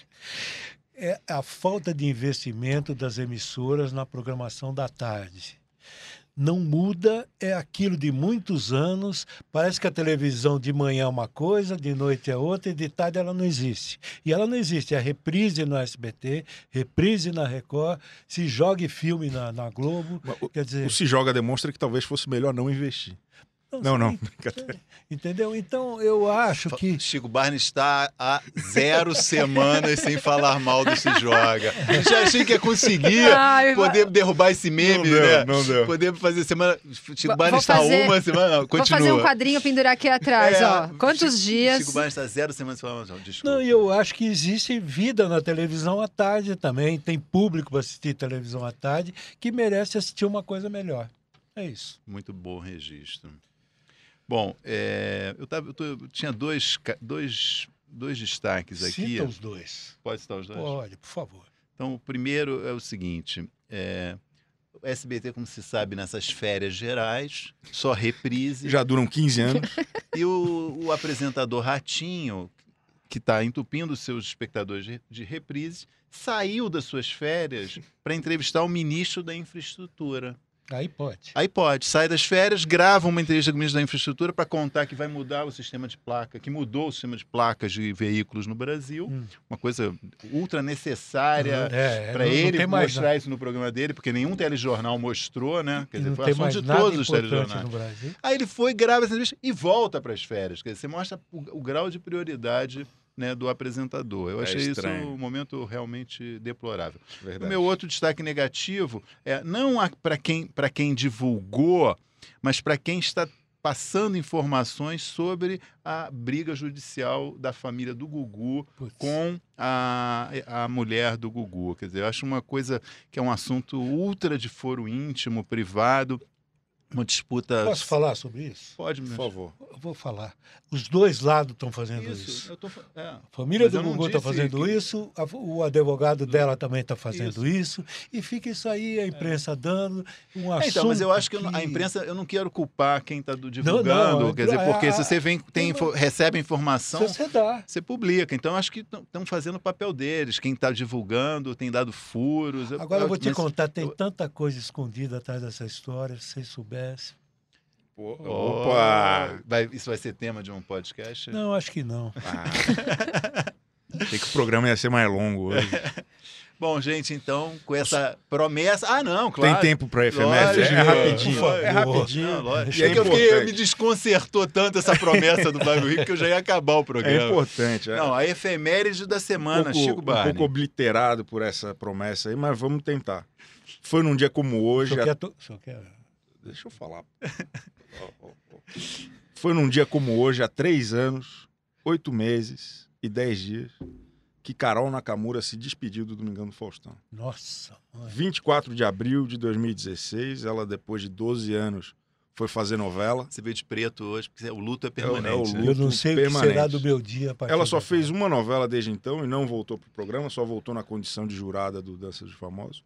D: É a falta de investimento das emissoras na programação da tarde. Não muda, é aquilo de muitos anos. Parece que a televisão de manhã é uma coisa, de noite é outra, e de tarde ela não existe. E ela não existe. É reprise no S B T, reprise na Record, se jogue filme na, na Globo.
C: O,
D: Quer dizer,
C: o Se Joga demonstra que talvez fosse melhor não investir. Não, não,
D: sei,
C: brincadeira.
D: entendeu? Então eu acho que
B: Chico Barney está há zero semanas sem falar mal do Se Joga. Eu já achei que ia conseguir
E: Ai,
B: poder derrubar esse meme,
C: Não deu,
B: né?
C: não deu.
B: Poder fazer semana. Chico
E: Vou
B: Barney está
E: fazer-
B: uma semana. Não,
E: Vou
B: continua.
E: fazer um quadrinho pendurar aqui atrás,
B: É,
E: ó. Quantos
B: Chico-
E: dias?
B: Chico Barney está zero semanas sem falar mal. Desculpa.
D: Não, e eu acho que existe vida na televisão à tarde também. Tem público para assistir televisão à tarde que merece assistir uma coisa melhor. É isso.
B: Muito bom registro. Bom, é, eu, tava, eu, tô- eu tinha dois, ca- dois, dois destaques aqui.
D: Cita os dois.
B: Pode citar os dois?
D: Pode, por favor.
B: Então, o primeiro é o seguinte: é, o S B T, como se sabe, nessas férias gerais, só reprise.
C: Já duram quinze anos.
B: E o, o apresentador Ratinho, que está entupindo seus espectadores de, de reprise, saiu das suas férias para entrevistar o ministro da Infraestrutura.
D: Aí pode.
B: Aí pode, sai das férias, grava uma entrevista com o ministro da Infraestrutura para contar que vai mudar o sistema de placa, que mudou o sistema de placas de veículos no Brasil,
D: Hum.
B: uma coisa ultra necessária
D: É,
B: para
D: não- não
B: ele
D: tem mais
B: mostrar isso no programa dele, porque nenhum telejornal mostrou, né? Quer dizer,
D: não
B: foi
D: tem
B: assunto
D: mais
B: de
D: nada
B: todos os
D: importante
B: telejornais.
D: no Brasil.
B: Aí ele foi, grava essa entrevista e volta para as férias. Quer dizer, você mostra o, o grau de prioridade, né, do apresentador. Eu
C: É
B: achei isso
C: estranho.
B: um momento realmente deplorável.
C: Verdade.
B: O meu outro destaque negativo é não para quem, para quem divulgou, mas para quem está passando informações sobre a briga judicial da família do Gugu
D: Putz.
B: com a, a mulher do Gugu. Quer dizer, eu acho uma coisa que é um assunto ultra de foro íntimo, privado, uma disputa...
D: Posso falar sobre isso?
B: Pode,
C: Por
B: meu.
C: favor.
D: Eu vou falar. Os dois lados estão fazendo isso.
B: Isso, eu tô... fa- é.
D: A família
B: Mas
D: do
B: eu não
D: Gugu está
B: disse
D: fazendo
B: que-
D: isso, a- o advogado dela também está fazendo isso. e fica isso aí, a imprensa dando um
B: É,
D: assunto.
B: então, mas eu acho que, eu não- a
D: que-
B: imprensa, eu não quero culpar quem está divulgando,
D: não,
B: quer dizer,
D: a-
B: porque
D: a-
B: se você vem, tem, info- recebe informação,
D: Se você dá.
B: você publica. Então, eu acho que estão fazendo o papel deles. Quem está divulgando tem dado furos.
D: Agora eu vou te
B: mas-
D: contar, tem
B: eu-
D: tanta coisa escondida atrás dessa história, se vocês soubessem.
C: Pô, opa!
B: Vai, isso vai ser tema de um podcast?
D: Não, acho que não.
C: Ah. Achei que o programa ia ser mais longo hoje.
B: Bom, gente, então, com essa promessa... Ah, não, claro.
C: Tem tempo para efeméride?
B: Lógico,
C: É rapidinho.
D: por
C: É
D: favor.
C: rapidinho.
B: Não, lógico.
C: E é
B: É que eu fiquei,
C: importante.
B: me desconcertou tanto essa promessa do Flávio Rico que eu já ia acabar o programa.
C: É importante. É.
B: Não, a efeméride da
C: um
B: semana,
C: pouco,
B: Chico
C: um
B: Barney.
C: pouco obliterado por essa promessa aí, mas vamos tentar. Foi num dia como
D: O
C: hoje...
D: senhor
C: a-
D: quer to- o senhor quer-
C: Deixa eu falar. Ó, ó, ó. Foi num dia como hoje, há três anos, oito meses e dez dias, que Carol Nakamura se despediu do Domingão do Faustão.
D: Nossa, mãe.
C: vinte e quatro de abril de dois mil e dezesseis, ela, depois de doze anos, foi fazer novela.
B: Você veio de preto hoje, porque o luto é
C: É o-
B: permanente.
C: é o
B: né?
C: luto.
D: Eu não sei o que
C: permanente.
D: será do meu dia. a partir
C: Ela só
D: de
C: fez
D: agora.
C: uma novela desde então e não voltou pro programa, só voltou na condição de jurada do Dança dos Famosos.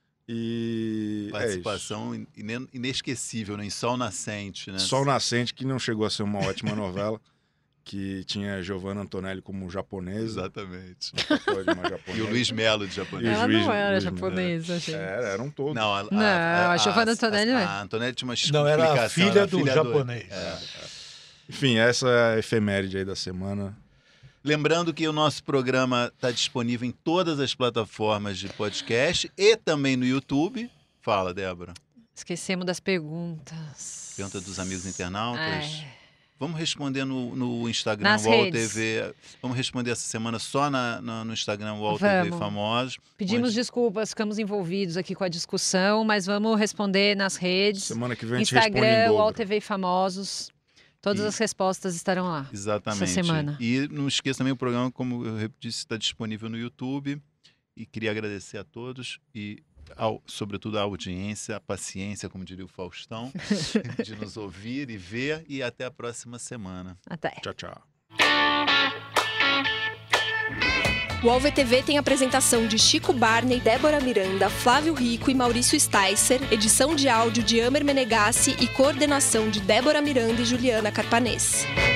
C: E
B: Participação ine- inesquecível, né? Em Sol Nascente, né?
C: é isso. Sol Nascente, que não chegou a ser uma ótima novela, que tinha Giovanna Antonelli como japonesa.
B: Exatamente.
C: papel de uma
B: E
C: japonesa.
B: o Luiz Melo de
C: E
B: japonês.
C: o
E: Ela
C: juiz-
E: não era
C: Luiz
E: japonesa, gente.
C: Era, eram todos.
B: Não, a,
E: Não, a Giovanna Antonelli
B: a,
E: não é.
B: a Antonelli tinha uma
D: Não, era a
B: explicação,
D: filha
B: era
D: do
B: filha
D: japonês.
B: É.
C: Enfim, essa é a efeméride aí da semana.
B: Lembrando que o nosso programa está disponível em todas as plataformas de podcast e também no YouTube. Fala, Débora.
E: Esquecemos das perguntas.
B: Pergunta dos amigos internautas.
E: É.
B: Vamos responder no, no Instagram
E: Nas
B: U O L
E: redes.
B: T V. Vamos responder essa semana só na, na- no Instagram U O L T V
E: Vamos.
B: Famosos.
E: Pedimos
B: Onde-
E: desculpas, ficamos envolvidos aqui com a discussão, mas vamos responder nas redes.
C: Semana que vem a gente responde em
E: Instagram,
C: dobro.
E: U O L T V Famosos. Todas
B: E-
E: as respostas estarão lá.
B: Exatamente.
E: Essa semana.
B: E não esqueça também o programa, como eu disse, está disponível no YouTube. E queria agradecer a todos e, ao, sobretudo, a audiência, a paciência, como diria o Faustão, de nos ouvir e ver. E até a próxima semana.
E: Até.
C: Tchau, tchau.
A: O U O L V T V tem apresentação de Chico Barney, Débora Miranda, Flávio Rico e Maurício Sticer, edição de áudio de Amer Menegassi e coordenação de Débora Miranda e Juliana Carpanês.